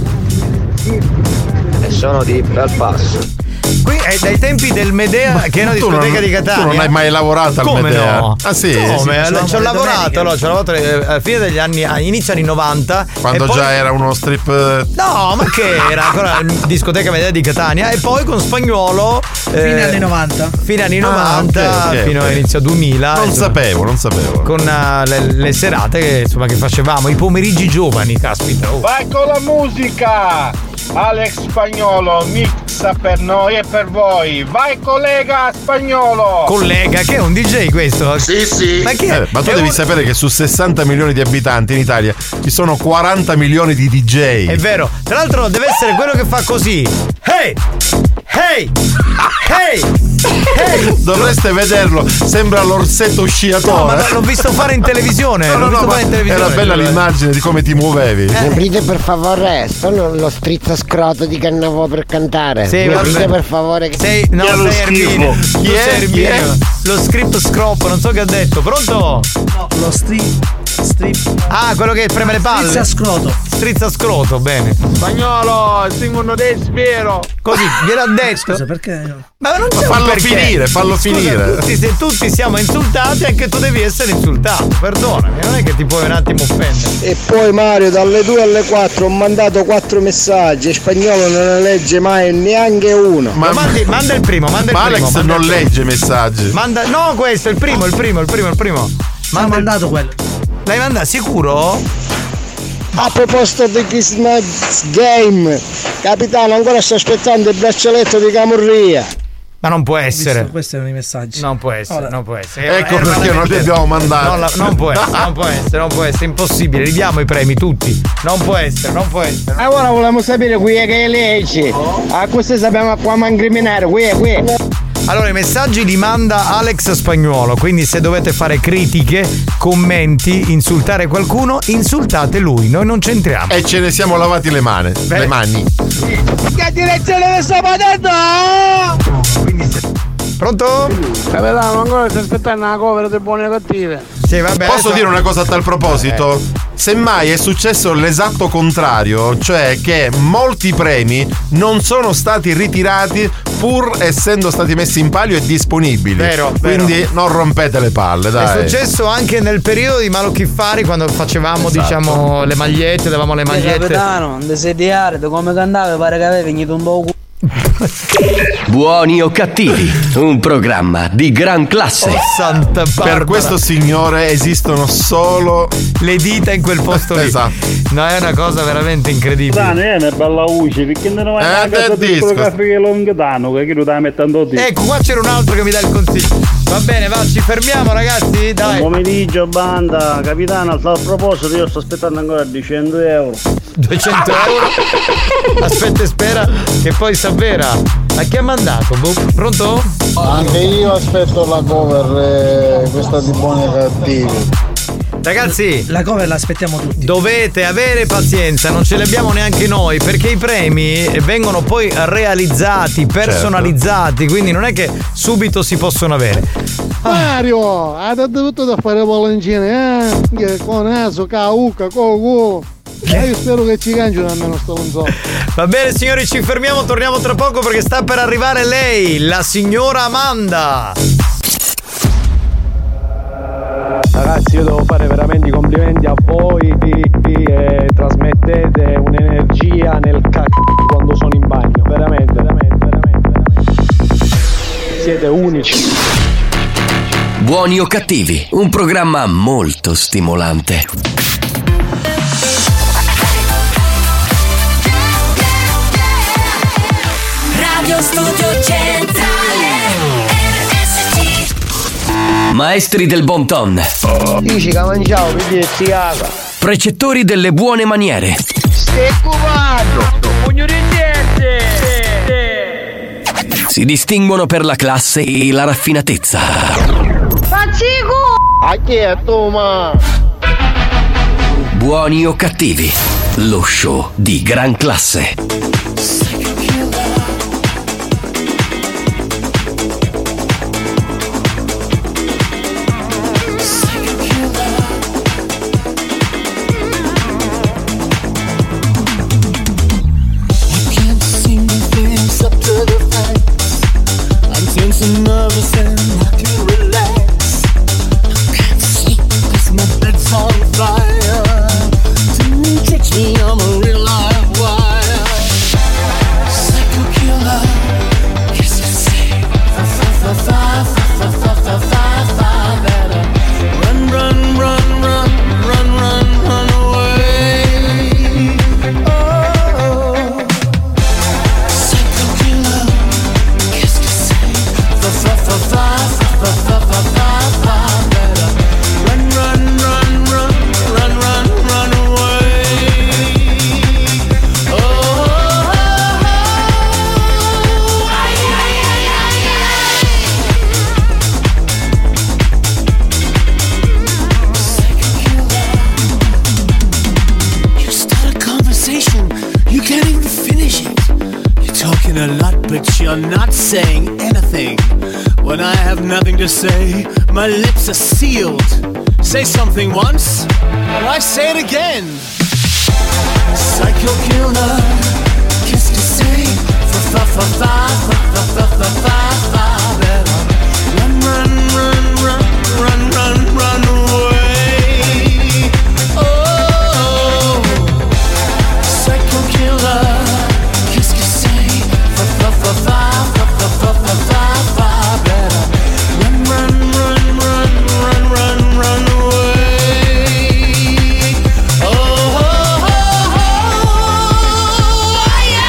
E sono di Belpasso. Qui è dai tempi del Medea, che è una discoteca di Catania. Tu non hai mai lavorato al Medea? No? Ah sì? Come? Ci ho lavorato alla fine degli anni, inizio anni 90. Quando già era uno strip. No, ma che era ancora discoteca Medea di Catania. E poi con Spagnolo fine anni 90. Fine anni 90 fino a inizio 2000. Non sapevo. Con le serate che facevamo, i pomeriggi giovani, caspita. Vai con la musica! Alex Spagnolo mixa per noi e per voi. Vai collega Spagnolo. Collega, che è un DJ questo? Sì. Ma che ma tu devi sapere che su 60 milioni di abitanti in Italia ci sono 40 milioni di DJ. È vero. Tra l'altro deve essere quello che fa così. Hey! Dovreste vederlo, sembra l'orsetto sciatore. No, ma l'ho visto fare in televisione. Era bella l'immagine di come ti muovevi. Mi aprite per favore, sono lo strizza-scroto di Cannavò per cantare. Sì, mi aprite per favore. Sei Erminio. Chi è? Lo script scrop, non so che ha detto. Pronto? No, lo Ah, quello che preme le palle. Strizza scroto, bene. Spagnolo, singono te spero. Così, gliel'ha detto. Scusa, perché? Ma non c'è fallo un perché. fallo finire. Se tutti siamo insultati, anche tu devi essere insultato. Perdonami, non è che ti puoi un attimo offendere. E poi Mario, dalle 2 alle 4 ho mandato 4 messaggi e Spagnolo non ne legge mai neanche uno. Ma manda il primo, Ma Alex non legge messaggi. No, questo è il primo. Ma ha mandato quello. L'hai mandato sicuro? A proposito di Christmas Game, capitano, ancora sto aspettando il braccialetto di Camurria. Ma non può essere. Questi erano i messaggi. Non può essere. Ecco perché non li abbiamo mandati. Non può essere, impossibile. Ridiamo i premi tutti. Non può essere. Ora volevamo sapere qui è che legge. A questo sappiamo qua incriminare, qui. Allora, i messaggi li manda Alex Spagnuolo, quindi se dovete fare critiche, commenti, insultare qualcuno, insultate lui, noi non c'entriamo. E ce ne siamo lavati le mani. Che direzione ne sto mandando? Pronto? Capitano, ancora sto aspettando una cover di Buone o Cattive. Sì, vabbè. Posso dire una cosa a tal proposito? Semmai è successo l'esatto contrario, cioè che molti premi non sono stati ritirati pur essendo stati messi in palio e disponibili. Vero. Quindi non rompete le palle, dai. È successo anche nel periodo di Malocchiffari, quando facevamo, diciamo, le magliette, davamo le magliette. Capitano, non ti sei diario, come cantavi pare che avevi finito un po'. Buoni o cattivi, un programma di gran classe. Santa Barbara. Per questo signore esistono solo le dita in quel posto lì. Esatto. No, è una cosa veramente incredibile. È bella luce, perché non vai a casa di quello caffè che lontano, che lo stai mettendo te. Ecco, qua c'era un altro che mi dà il consiglio. Va bene, ci fermiamo ragazzi, dai. Buon pomeriggio, banda. Capitano, a proposito, io sto aspettando ancora di 100 euro. 200 euro? Aspetta e spera che poi s'avvera. A chi ha mandato? Pronto? Anche io aspetto la cover, questa di Buoni o Cattivi. Ragazzi, la cover la aspettiamo tutti. Dovete avere pazienza, non ce l'abbiamo neanche noi, perché i premi vengono poi realizzati, personalizzati, certo. Quindi non è che subito si possono avere. Mario, hai dovuto da fare volantine, con naso, cauca, coco. Io spero che ci cangiano almeno sto non so. Va bene signori, ci fermiamo, torniamo tra poco perché sta per arrivare lei, la signora Amanda. Ragazzi, io devo fare veramente i complimenti a voi che trasmettete un'energia nel c***o quando sono in bagno, veramente. Siete unici. Buoni o cattivi, un programma molto stimolante. Radio Studio Centrale RSC. Maestri del bon ton. Dici che mangiavo per dirti caga. Precettori delle buone maniere. Stai cubando. Pugno di gente. Si distinguono per la classe e la raffinatezza. Faccico! A chi è tu, ma? Buoni o cattivi, lo show di gran classe. Nervous and I can't relax. I can't sleep 'cause my bed's on fire. Don't touch me, I'm a real live wire. Psycho killer, yes you say. Better run, run, run, run, run, run, run away. Oh, psycho killer, yes you say. Better run, run, run, run, run, run, run away. Oh, you start a conversation, you can't even finish it. You're talking a lot, but you're not saying anything. When I have nothing to say, my lips are sealed. Say something once, why say it again? Psycho killer, kiss to say, fa fa fa fa fa fa fa fa fa. Run, run, run, run, run, run, run away. Oh, psycho killer, kiss to say, fa fa fa fa fa fa fa fa fa. Run, run, run, run, run, run, run away. Oh, oh, oh, oh.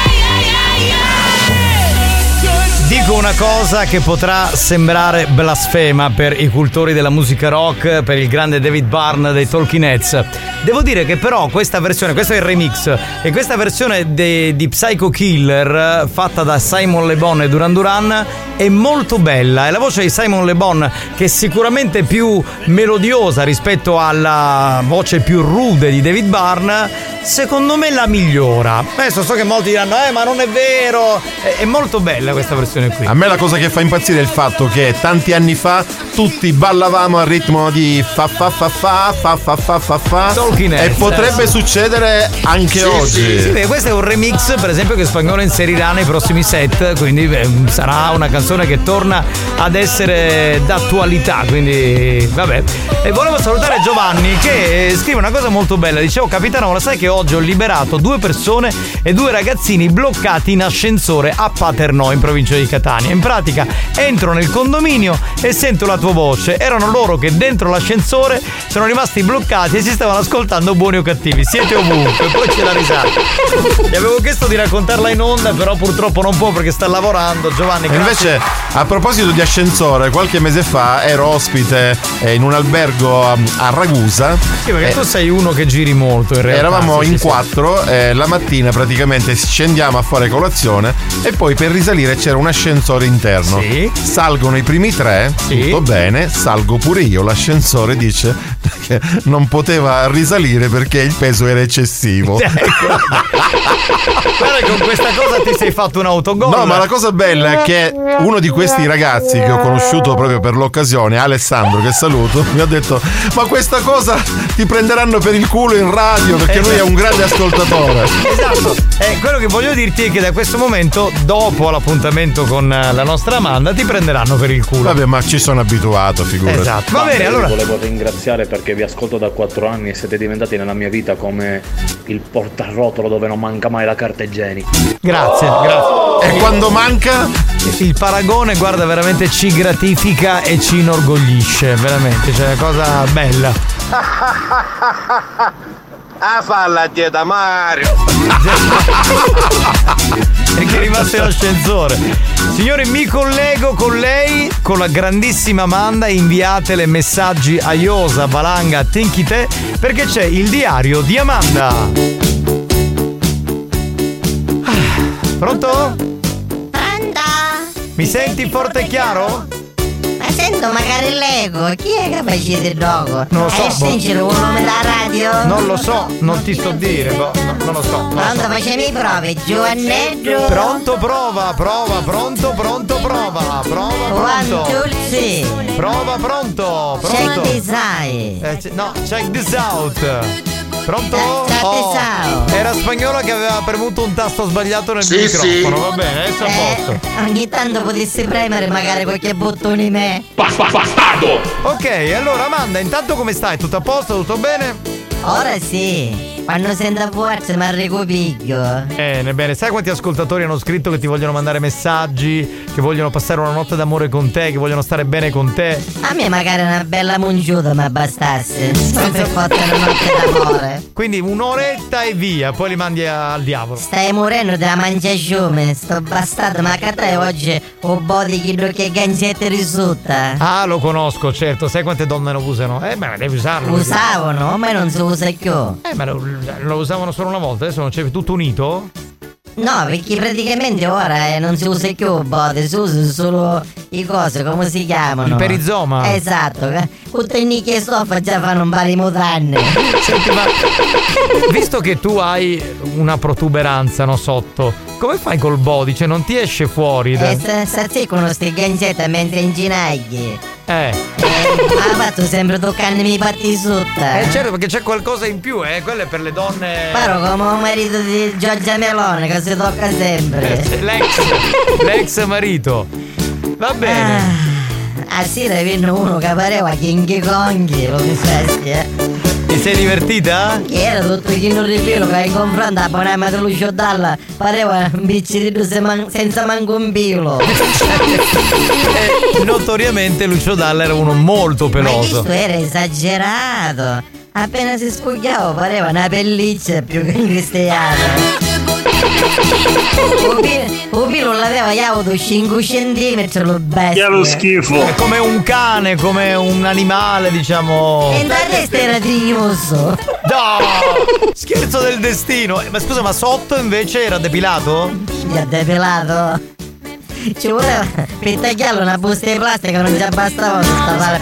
Dico una cosa che potrà sembrare blasfema per i cultori della musica rock, per il grande David Byrne dei Talking Heads. Devo dire che però questa versione, questo è il remix, e questa versione di Psycho Killer fatta da Simon Le Bon e Duran Duran è molto bella. E la voce di Simon Le Bon, che è sicuramente più melodiosa rispetto alla voce più rude di David Byrne, secondo me la migliora. Adesso so che molti diranno ma non è vero, è molto bella questa versione qui. A me la cosa che fa impazzire è il fatto che tanti anni fa tutti ballavamo al ritmo di fa fa fa fa fa fa fa fa fa, e potrebbe succedere anche oggi. Sì, beh, questo è un remix, per esempio, che Spagnolo inserirà nei prossimi set, quindi sarà una canzone che torna ad essere d'attualità, quindi vabbè. E volevo salutare Giovanni che scrive una cosa molto bella. Dicevo, capitano, lo sai che oggi ho liberato 2 persone e 2 ragazzini bloccati in ascensore a Paternò, in provincia di Catania. In pratica entro nel condominio e sento la tua voce. Erano loro che dentro l'ascensore sono rimasti bloccati e si stavano ascoltando Buoni o Cattivi. Siete ovunque. Poi c'è la risata. Gli avevo chiesto di raccontarla in onda, però purtroppo non può perché sta lavorando. Giovanni, grazie. Invece, a proposito di ascensore, qualche mese fa ero ospite in un albergo a Ragusa. Sì, perché tu sei uno che giri molto in realtà. Eravamo in 4, la mattina praticamente scendiamo a fare colazione e poi per risalire c'era un ascensore interno. Sì. Salgono i primi 3, tutto bene, salgo pure io, l'ascensore dice che non poteva risalire perché il peso era eccessivo. Guarda, con questa cosa ti sei fatto un autogol. No, ma la cosa bella è che uno di questi ragazzi che ho conosciuto proprio per l'occasione, Alessandro, che saluto, mi ha detto: ma questa cosa ti prenderanno per il culo in radio, perché lui è un grande ascoltatore. Esatto. Quello che voglio dirti è che da questo momento, dopo l'appuntamento con la nostra Amanda, ti prenderanno per il culo. Vabbè, ma ci sono abituato, figurati. Esatto. Va bene, allora volevo ringraziare perché vi ascolto da 4 anni e siete diventati nella mia vita come il portarotolo dove non manca mai la carta igienica. Grazie, grazie. E quando manca? Il paragone, guarda, veramente ci gratifica e ci inorgoglisce, veramente, cioè è una cosa bella. A falla dieta Mario. Perché è rimasto in ascensore. Signori, mi collego con lei, con la grandissima Amanda. Inviatele messaggi a Iosa, Valanga, Tinchite, perché c'è il diario di Amanda. Pronto? Pronto? Mi senti forte e chiaro? Ma sento magari l'ego, chi è capace di gioco? Non lo so. Sincero, un nome da radio? Non lo so, non ti sto a dire, non lo so. Pronto, facciamo i prove, Giovanneggio. Pronto, prova, pronto, pronto. One, two, three. Prova, pronto. Check this out. No, check this out. Pronto? Era Spagnola che aveva premuto un tasto sbagliato nel microfono. Va bene, adesso a posto. Ogni tanto potessi premere magari qualche bottone in me. Bastardo! Ok, allora Amanda, intanto come stai? Tutto a posto? Tutto bene? Ora sì. Quando sento a forza mi ricopiglio. Bene, sai quanti ascoltatori hanno scritto che ti vogliono mandare messaggi, che vogliono passare una notte d'amore con te, che vogliono stare bene con te? A me magari una bella mungiuta mi bastasse. Non per fare una notte d'amore. Quindi un'oretta e via, poi li mandi al diavolo. Stai morendo della mangiasciume, sto bastardo, ma che te oggi ho body che ganzette risulta. Ah, lo conosco, certo, sai quante donne lo usano? Ma devi usarlo. Usavano, ma non si usa più. Ma lo usavano solo una volta, adesso non c'è tutto unito? No, perché praticamente ora non si usa più body, si usano solo i cose, come si chiamano? Il perizoma. Esatto, tutte le nicchie stoffa già fanno un pari mutanne. Senti, ma visto che tu hai una protuberanza, no, sotto, come fai col body? Cioè non ti esce fuori? Sta ziccono sti ganzette mentre in ginagli. Ma fatto sempre toccandomi i patti sotto. Certo, perché c'è qualcosa in più, quello è per le donne. Paro come un marito di Giorgia Melone che si tocca sempre. L'ex marito. Va bene. A sera venne uno che pareva King Kong, lo dicessi, Ti sei divertita? Che era tutto chino rifilo che in confronto a Bonametro Lucio Dalla pareva un biccerino senza manco un pilo. Notoriamente Lucio Dalla era uno molto peloso. Ma questo era esagerato. Appena si spugliava pareva una pelliccia più che un cristiano. Un pilo l'aveva avuto 5 centimetri lo bestia. Che è lo schifo. È come un cane, come un animale, diciamo. E da testa era tignoso. No! Scherzo del destino. Ma scusa, ma sotto invece era depilato? Gli ha depilato. Ci voleva per tagliarlo una busta di plastica, non già bastava stavare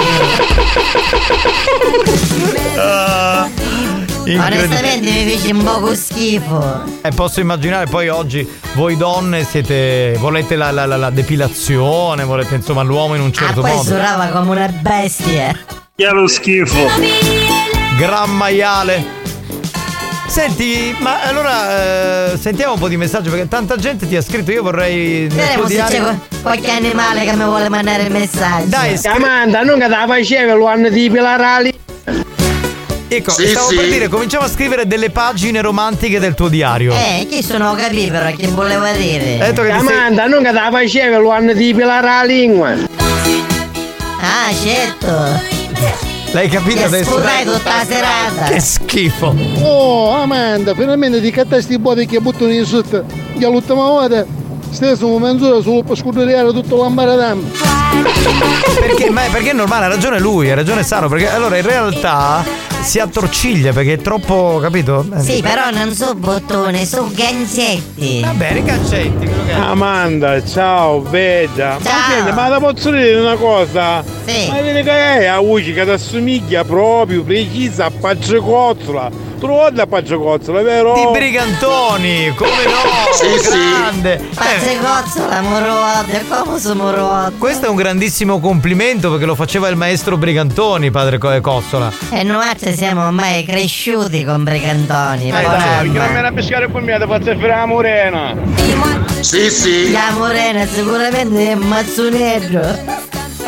onestamente mi fece un poco schifo. E posso immaginare poi oggi voi donne volete la depilazione, volete insomma l'uomo in un certo poi modo. Poi surava come una bestia. Che è lo schifo. Gran maiale. Senti, ma allora sentiamo un po' di messaggi perché tanta gente ti ha scritto, io vorrei. Vedremo se c'è qualche animale che mi vuole mandare il messaggio. Dai, Amanda, non che te la facevi, lo hanno di pilarali. Ecco, stavo per dire, cominciamo a scrivere delle pagine romantiche del tuo diario. Chi sono capito però che voleva dire? Amanda, non che te la facevi, lo hanno di pilare la lingua. Ah, certo. L'hai capito adesso? Spurai tutta la serata. Che schifo. Oh, Amanda, finalmente ti cattasti i boti che buttano in sotto. Che l'ultima volta stesso mezz'ora solo per scuderiare tutto l'ambaradam. Perché è normale, ha ragione lui, ha ragione Saro, perché allora in realtà si attorciglia perché è troppo, capito? Sì, però non so bottone, so gancetti. Va bene, gancetti. Amanda, ciao, bella. Ciao. Ma la posso dire una cosa? Sì. Ma vedi che è a voce che ti assomiglia proprio, precisa, a Paggicozzola. Tu non guarda a Paggicozzola, vero? Di Brigantoni, come no? Sì, grande. Paggicozzola, Moroder, come sono Moroder? Questo è un grandissimo complimento perché lo faceva il maestro Brigantoni, padre Cozzola. E noi siamo ormai cresciuti con Brigantoni. Perché non me la pescare con me, ti faccio fare la morena. Sì. La morena sicuramente è mazzonello.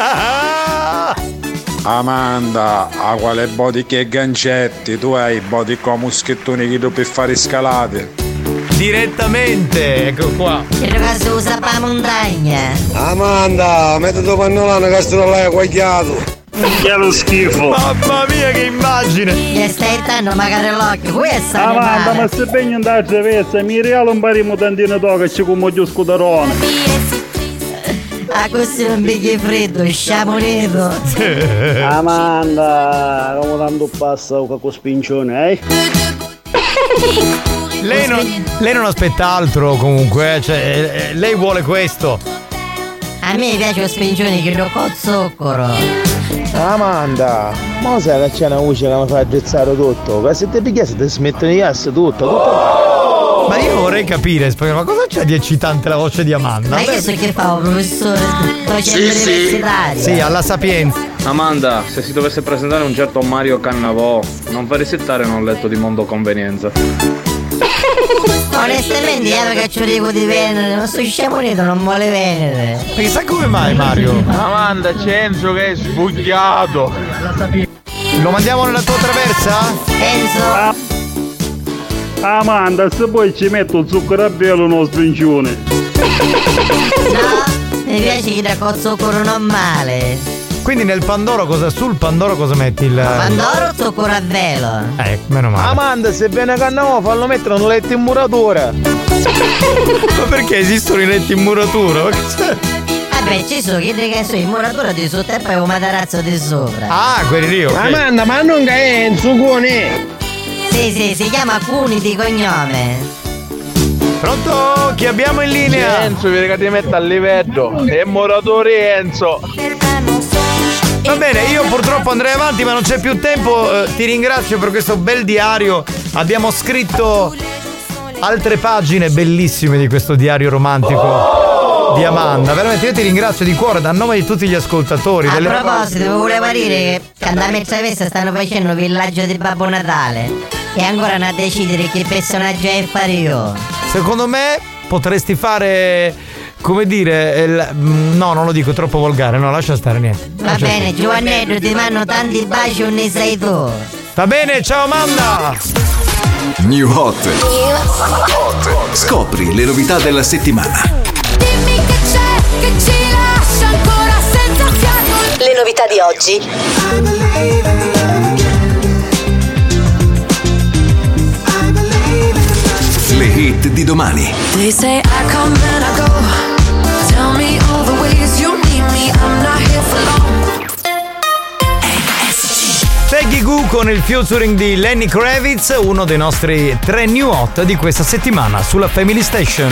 Amanda, a quale body che gancetti? Tu hai body come moschettoni che tu per fare scalate. Direttamente, ecco qua. Che si usa per la montagna. Amanda, mettiti pannolano che sto là guagliato. Che è lo schifo. Mamma mia, che immagine. Gli stai dando magari l'occhio, questo Amanda, ma se begno andare a traversa, mi regalo un barimo tantino tocca come giù scudarone. Ah, questo è un bicchiere freddo, sciamonito. Amanda, come tanto passa con spincione, Lei non aspetta altro comunque, cioè lei vuole questo. A me piace lo spincione che lo con zucchero. Amanda, ma sai che c'è una voce che mi fa aggiuzzare tutto? Che se ti picchiassi ti smettono di essere tutto. Ma io vorrei capire, ma cosa c'è di eccitante la voce di Amanda? Ma io so che fa un professore docente universitario. Sì, alla Sapienza. Amanda, se si dovesse presentare un certo Mario Cannavò, non farei settare in un letto di mondo convenienza. Onestamente io che ci dico di Venere, non sto sciamonito, non vuole Venere. Ma chissà come mai, Mario? Amanda, c'è Enzo che è sbugliato. Lo mandiamo nella tua traversa? Enzo. Amanda, se poi ci metto zucchero a velo uno spincione. No, mi piace che da con zucchero normale. Quindi nel Pandoro sul Pandoro cosa metti il. Pandoro o zucchero a velo? Meno male. Amanda, se viene a Cannavò fallo mettere un letto in muratura. Ma perché esistono i letti in muratura? Vabbè, ci sono che sono in muratura di sotto e poi un matarazzo di sopra. Ah, quelli lì, ok. Amanda, ma non che è Enzo Cuni. Sì, si chiama Cuni di cognome. Pronto? Chi abbiamo in linea? Enzo, vedi che ti mette a livello. È moratore Enzo. Va bene, io purtroppo andrei avanti ma non c'è più tempo. Ti ringrazio per questo bel diario. Abbiamo scritto altre pagine bellissime di questo diario romantico di Amanda. Veramente io ti ringrazio di cuore a nome di tutti gli ascoltatori. A proposito, volevo dire che a Mezzavesta stanno facendo il villaggio di Babbo Natale e ancora non a decidere che personaggio è fare io. Secondo me potresti fare, come dire, no, non lo dico, è troppo volgare, no, lascia stare, niente. Va bene, Giovannello, ti mando tanti baci, non ne sei tu. Va bene, ciao Amanda. New Hot. Scopri le novità della settimana. Dimmi che c'è, che ci lascia ancora senza fiato. Le novità di oggi. Le hit di domani. They say I come and I go. Tell me all the ways you need me. I'm not here for long. Peggy Goo con il featuring di Lenny Kravitz, uno dei nostri 3 new hot di questa settimana sulla Family Station.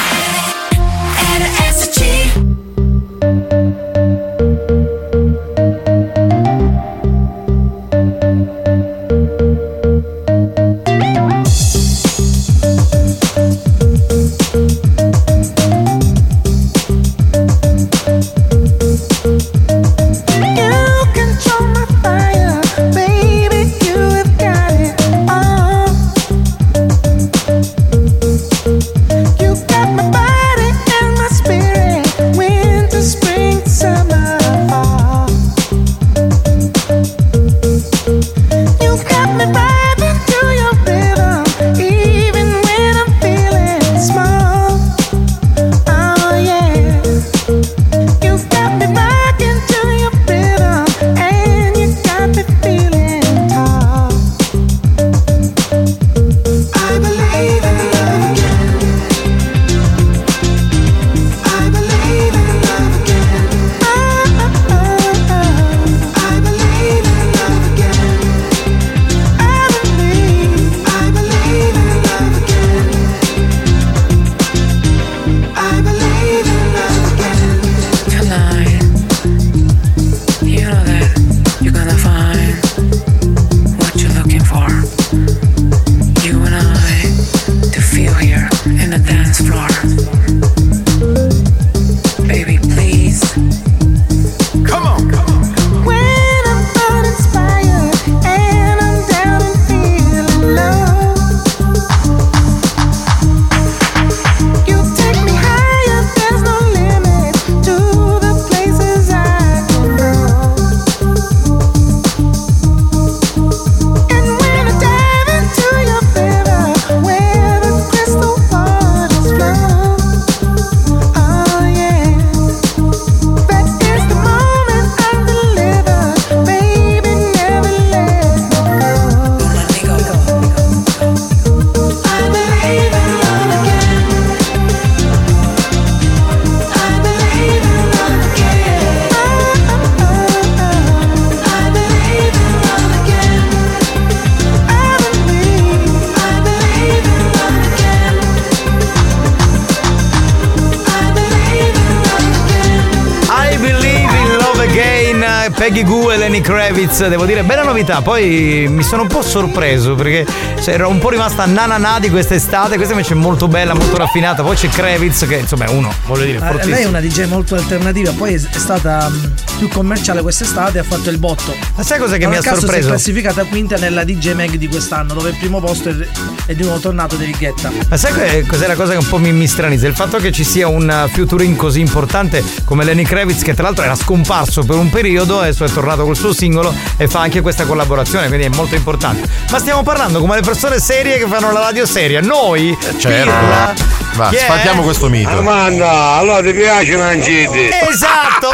Peggy Goo e Lenny Kravitz, devo dire, bella novità. Poi mi sono un po' sorpreso perché ero un po' rimasta nananà di quest'estate. Questa invece è molto bella, molto raffinata. Poi c'è Kravitz che insomma è uno, voglio dire, fortissimo. Lei è una DJ molto alternativa, poi è stata più commerciale quest'estate, ha fatto il botto. Ma sai cosa che mi ha sorpreso? Si è classificata quinta nella DJ Mag di quest'anno, dove il primo posto è di nuovo tornato David Guetta. Ma sai cos'è la cosa che un po' mi stranizza? Il fatto che ci sia un featuring così importante come Lenny Kravitz, che tra l'altro era scomparso per un periodo, adesso è tornato col suo singolo e fa anche questa collaborazione, quindi è molto importante. Ma stiamo parlando come le persone serie che fanno la radio seria. Noi certo. Va, sfatiamo questo mito. Amanda, allora ti piace Mancini? Esatto,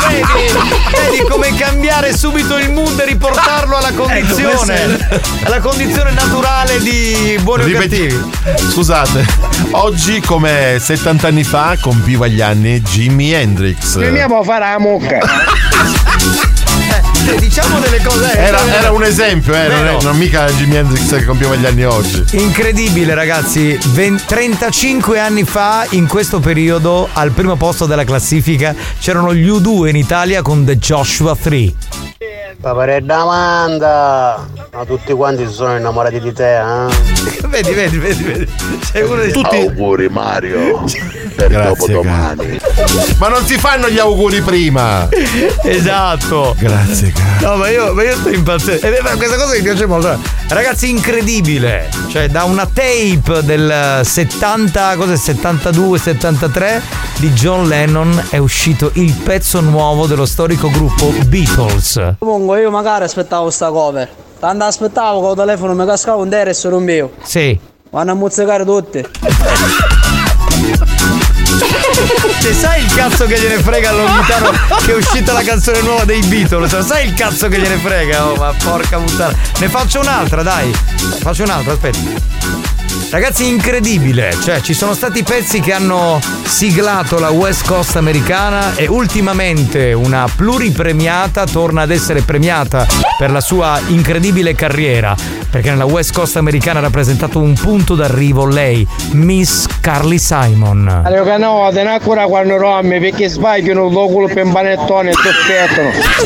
vedi come cambiare subito il mood e riportarlo alla condizione, alla condizione naturale di buoni o cattivi. Scusate, oggi come 70 anni fa compiva gli anni Jimi Hendrix. Veniamo a fare la mucca. Diciamo delle cose. Era un esempio, non mica Jimi Hendrix che compieva gli anni oggi. Incredibile, ragazzi. 35 anni fa, in questo periodo, al primo posto della classifica c'erano gli U2 in Italia con The Joshua 3. Paparedda Amanda, ma tutti quanti sono innamorati di te, eh? Vedi. C'è uno di tutti. Auguri Mario. per dopodomani. Ma non si fanno gli auguri prima. Esatto. Grazie, No, ma io sto impazzendo. Questa cosa mi piace molto. Ragazzi, incredibile. Cioè, da una tape del 72, 73 di John Lennon è uscito il pezzo nuovo dello storico gruppo Beatles. Comunque io magari aspettavo sta cover. Tanto aspettavo che il telefono mi cascava un dere e se non mio. Sì. Vanno a mozzicare tutti. Se sai il cazzo che gliene frega all'Omitano che è uscita la canzone nuova dei Beatles, sai il cazzo che gliene frega? Oh, ma porca puttana. Ne faccio un'altra, dai. Faccio un'altra, aspetta. Ragazzi, incredibile, cioè ci sono stati pezzi che hanno siglato la West Coast americana e ultimamente una pluripremiata torna ad essere premiata per la sua incredibile carriera, perché nella West Coast americana ha rappresentato un punto d'arrivo lei, Miss Carly Simon. Allora no, te ne ancora quando rommi perché sbagliano il culo per un panettone e soffertono.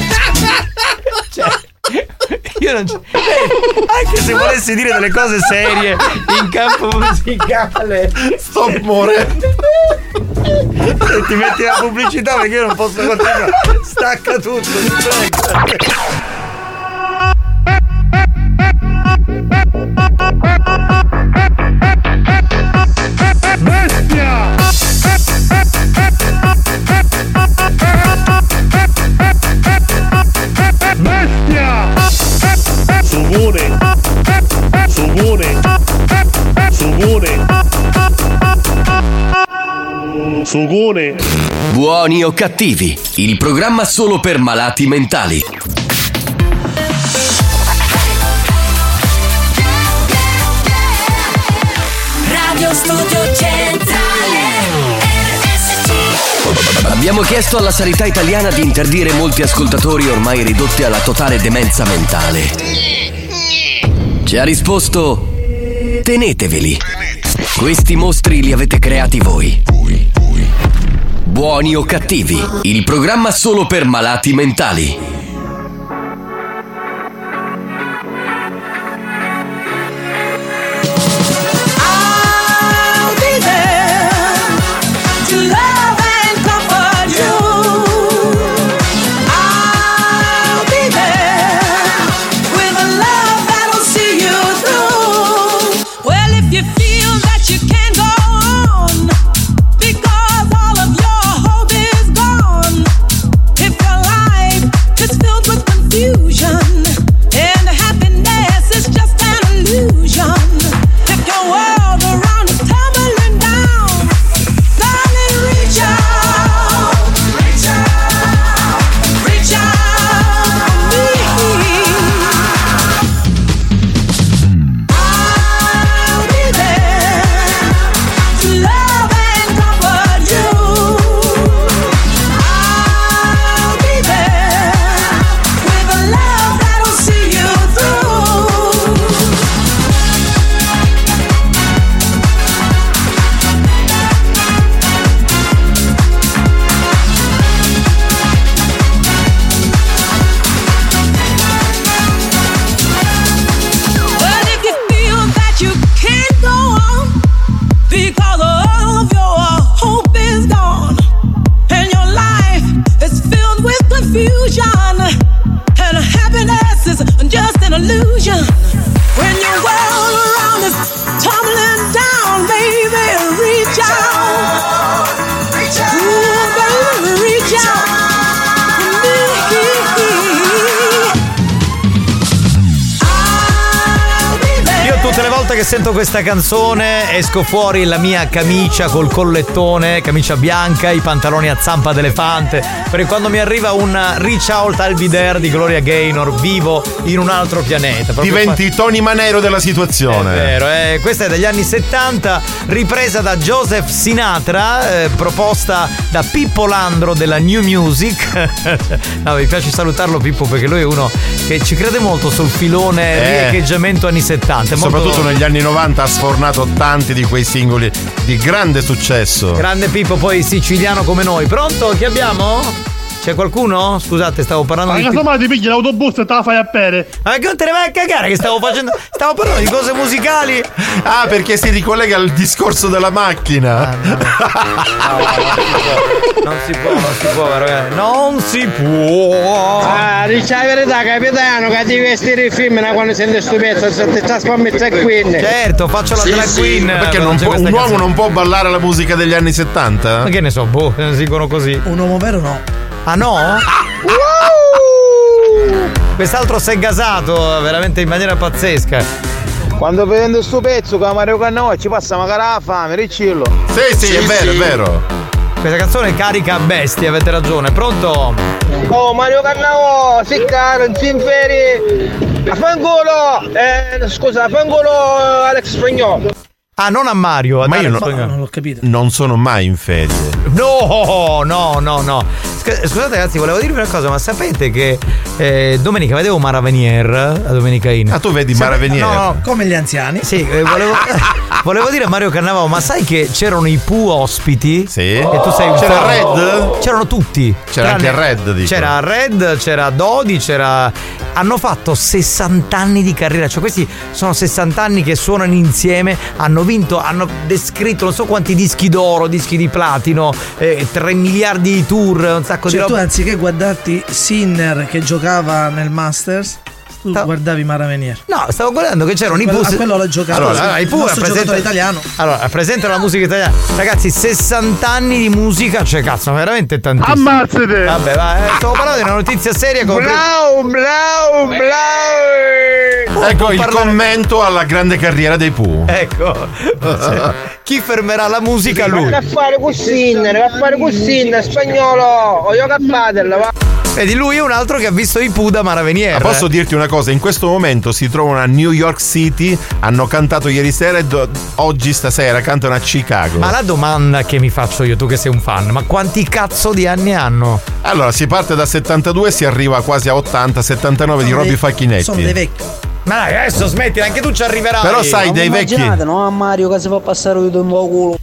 Io non anche se volessi dire delle cose serie in campo musicale sto morendo. E ti metti la pubblicità perché io non posso continuare. Stacca tutto, ti prego. Bestia! Bestia! Subone! Subone! Subone! Sugone! Buoni o cattivi, il programma solo per malati mentali. Radio Studio Centrale RSC. Abbiamo chiesto alla sanità italiana di interdire molti ascoltatori ormai ridotti alla totale demenza mentale. Ci ha risposto: teneteveli. Questi mostri li avete creati voi. Buoni o cattivi, il programma solo per malati mentali. Che sento questa canzone esco fuori la mia camicia col collettone, camicia bianca, i pantaloni a zampa d'elefante, perché quando mi arriva un Reach Out I'll Be There di Gloria Gaynor vivo in un altro pianeta. Diventi Tony Manero della situazione. È vero, questa è degli anni 70, ripresa da Joseph Sinatra, proposta da Pippo Landro della New Music. No, mi piace salutarlo Pippo perché lui è uno che ci crede molto sul filone riecheggiamento anni 70. Soprattutto negli anni 90 ha sfornato tanti di quei singoli di grande successo. Grande Pippo, poi siciliano come noi. Pronto? Chi abbiamo? C'è qualcuno? Scusate, stavo parlando Ma di. casomai ti pigli l'autobus e te la fai a pere. Ma che non te ne vai a cagare che stavo facendo? Stavo parlando di cose musicali. Ah, perché si ricollega al discorso della macchina. Non si può, ragazzi. Non si può. Ah, dice la verità, capitano, che devi vestire il film quando senti sto pezzo, se ti trasformi in drag queen. Certo, faccio la drag queen. Perché un uomo non può ballare la musica degli anni 70? Ma che ne so, si dicono così. Un uomo vero no. Ah no? Quest'altro si è gasato veramente in maniera pazzesca. Quando prende sto pezzo con Mario Cannavò ci passa magari la fame, ricillo. Sì, è vero, è vero. Questa canzone è carica a bestia, avete ragione. Pronto? Oh, Mario Cannavò, si caro, si inferi. Affangolo! Scusa, affangolo Alex Spagnolo. Ah, non a Mario. Ma io non l'ho capito. Non sono mai in ferie. No. Scusate ragazzi, volevo dirvi una cosa, ma sapete che domenica vedevo Mara Venier a Domenica In. Ah, tu vedi Mara Venier? No. Come gli anziani? Sì, volevo dire a Mario Cannavò, ma sai che c'erano i Pooh ospiti? Sì. E tu sei un C'era fan? Red? C'erano tutti. C'era anche Red, dico. C'era Red, c'era Dodi, hanno fatto 60 anni di carriera, cioè questi sono 60 anni che suonano insieme, hanno descritto non so quanti dischi d'oro, dischi di platino, 3 miliardi di tour, un sacco di roba. Tu anziché guardarti Sinner che giocava nel Masters, tu guardavi Mara Venier. No, stavo guardando che c'erano i Pooh. A quello l'ho giocato. Allora, i Pooh giocatore italiano. Allora, presentano la musica italiana. Ragazzi, 60 anni di musica, cioè cazzo, veramente tantissimo. Ammazzate! Vabbè, vai, stavo parlando di una notizia seria con Blau. Ecco il commento alla grande carriera dei Pooh. Ecco. Chi fermerà la musica? Lui. Va a fare Sinner, Spagnolo. O io capatela, va. Vedi, lui è un altro che ha visto i Pooh da Mara Venier. Ma posso dirti una cosa? In questo momento si trovano a New York City, hanno cantato ieri sera e oggi stasera cantano a Chicago. Ma la domanda che mi faccio io, tu che sei un fan, ma quanti cazzo di anni hanno? Allora, si parte da 72 e si arriva quasi a 80, 79 di Roby Facchinetti. Sono dei vecchi. Ma dai, adesso smetti, anche tu ci arriverai. Però sai, dei vecchi. Immaginate, no, a Mario che si fa passare il tuo culo.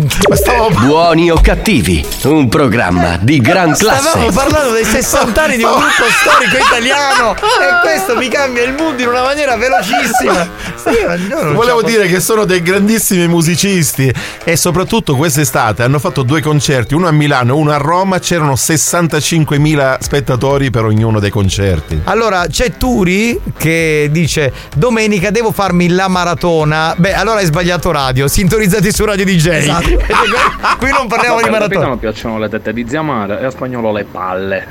Buoni o cattivi, un programma di gran classe. Stavamo parlando dei 60 anni di un gruppo storico italiano e questo mi cambia il mood in una maniera velocissima. Volevo dire che sono dei grandissimi musicisti e soprattutto quest'estate hanno fatto 2 concerti, uno a Milano e uno a Roma, c'erano 65.000 spettatori per ognuno dei concerti. Allora c'è Turi che dice domenica devo farmi la maratona. Beh, allora hai sbagliato radio, sintonizzati su Radio DJ. Esatto. Qui non parliamo di maratona. A me piacciono le tette di Ziamara e a Spagnolo le palle.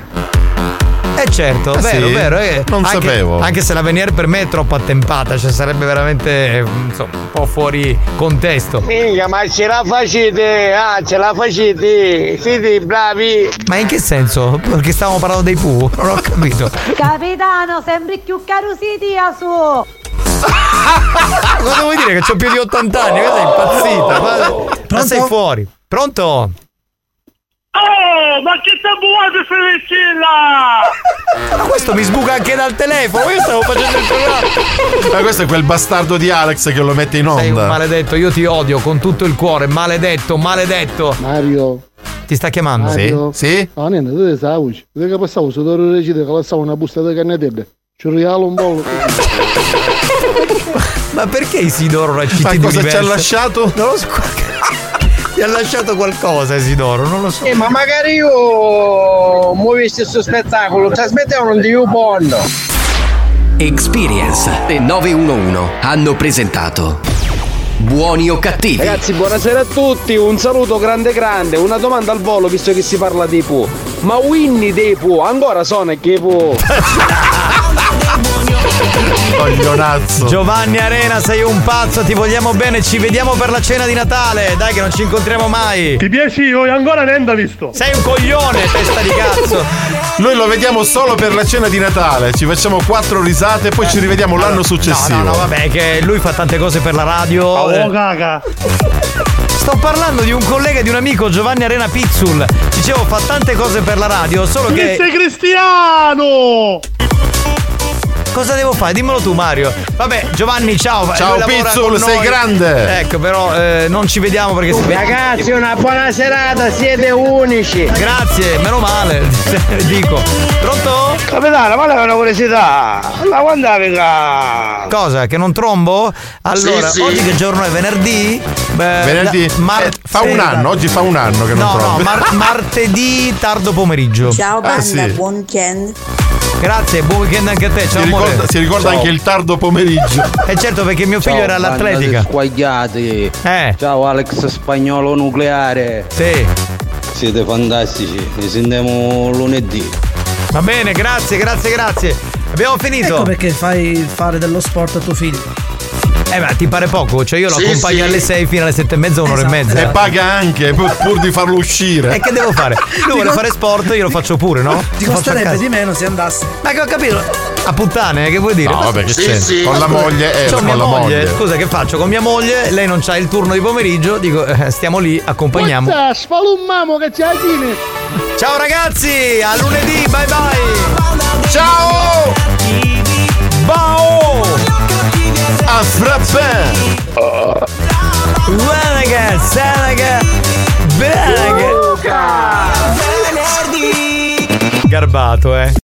Certo, vero. Non sapevo. Anche se la Venier per me è troppo attempata, cioè sarebbe veramente insomma un po' fuori contesto. Minchia, ma ce la facete? Ce la facete? Siete bravi? Ma in che senso? Perché stavamo parlando dei Pooh? Non ho capito. Capitano, sembri più carusiti a su. Cosa vuoi dire? Che c'ho più di 80 anni? Questa è impazzita. Ma sei fuori. Pronto? Oh, ma che tabuate sei vicina? Ma questo mi sbuca anche dal telefono. Io stavo facendo il programma. Ma questo è quel bastardo di Alex che lo mette in onda. Sei un maledetto, io ti odio con tutto il cuore. Maledetto. Mario. Ti sta chiamando? Mario. Sì? No, niente, tu sai voce. Che passavo su Doro Regite che lassavo una busta di cannetelle. Ci regalo un bollo. Ma perché Isidoro Raciti? Ma cosa ci ha lasciato? Non lo so. Ti ha lasciato qualcosa Isidoro, non lo so. Ma magari io muovissi questo spettacolo, trasmettevano di YouPorn. Experience e 911 hanno presentato Buoni o cattivi. Ragazzi, buonasera a tutti, un saluto grande, una domanda al volo visto che si parla dei Pooh. Ma Winnie dei Pooh ancora sono che Pooh? Coglionazzo. Giovanni Arena, sei un pazzo, ti vogliamo bene, ci vediamo per la cena di Natale. Dai che non ci incontriamo mai. Ti piaci io ancora niente visto. Sei un coglione, testa di cazzo. Noi lo vediamo solo per la cena di Natale. Ci facciamo 4 risate e poi ci rivediamo l'anno successivo. No, vabbè, che lui fa tante cose per la radio. Oh, caga. Sto parlando di un collega, di un amico, Giovanni Arena Pizzul. Dicevo, fa tante cose per la radio, solo che... sei cristiano! Cosa devo fare? Dimmelo tu, Mario. Vabbè, Giovanni, ciao. Ciao Pizzul, sei grande. Ecco, però non ci vediamo perché Ragazzi, una buona serata, siete unici. Grazie, meno male. Dico. Pronto? Capitano, ma lei è una curiosità. Ma quando venga? Cosa? Che non trombo? Allora, Sì. oggi che giorno è? Venerdì? Venerdì? Fa un anno, oggi fa un anno che non trombi. Martedì tardo pomeriggio. Ciao banda, sì. buon weekend. Grazie, buon weekend anche a te. Ciao, Si ricorda Ciao. anche il tardo pomeriggio. Certo, perché mio figlio era all'atletica. Squagliati. Ciao Alex Spagnolo nucleare. Sì. Siete fantastici, ci sentiamo lunedì. Va bene, grazie. Abbiamo finito. Ecco perché fai fare dello sport a tuo figlio. Ma ti pare poco? Cioè io lo accompagno alle 6 fino alle 7:30, un'ora e mezza. E paga anche pur di farlo uscire. E che devo fare? Lui vuole fare sport, io lo faccio pure, no? Ti Lo faccio a costerebbe casa. di meno se andasse. Ma che ho capito? A puttane, che vuoi dire? No, vabbè, che c'è? Con la Scusa, moglie, c'ho con mia la moglie. Scusa, che faccio? Con mia moglie, lei non c'ha il turno di pomeriggio, dico, stiamo lì, accompagniamo. Spalummamo che c'è fine. Ciao ragazzi, a lunedì, bye bye. Ciao! Bao! A frappè! Garbato,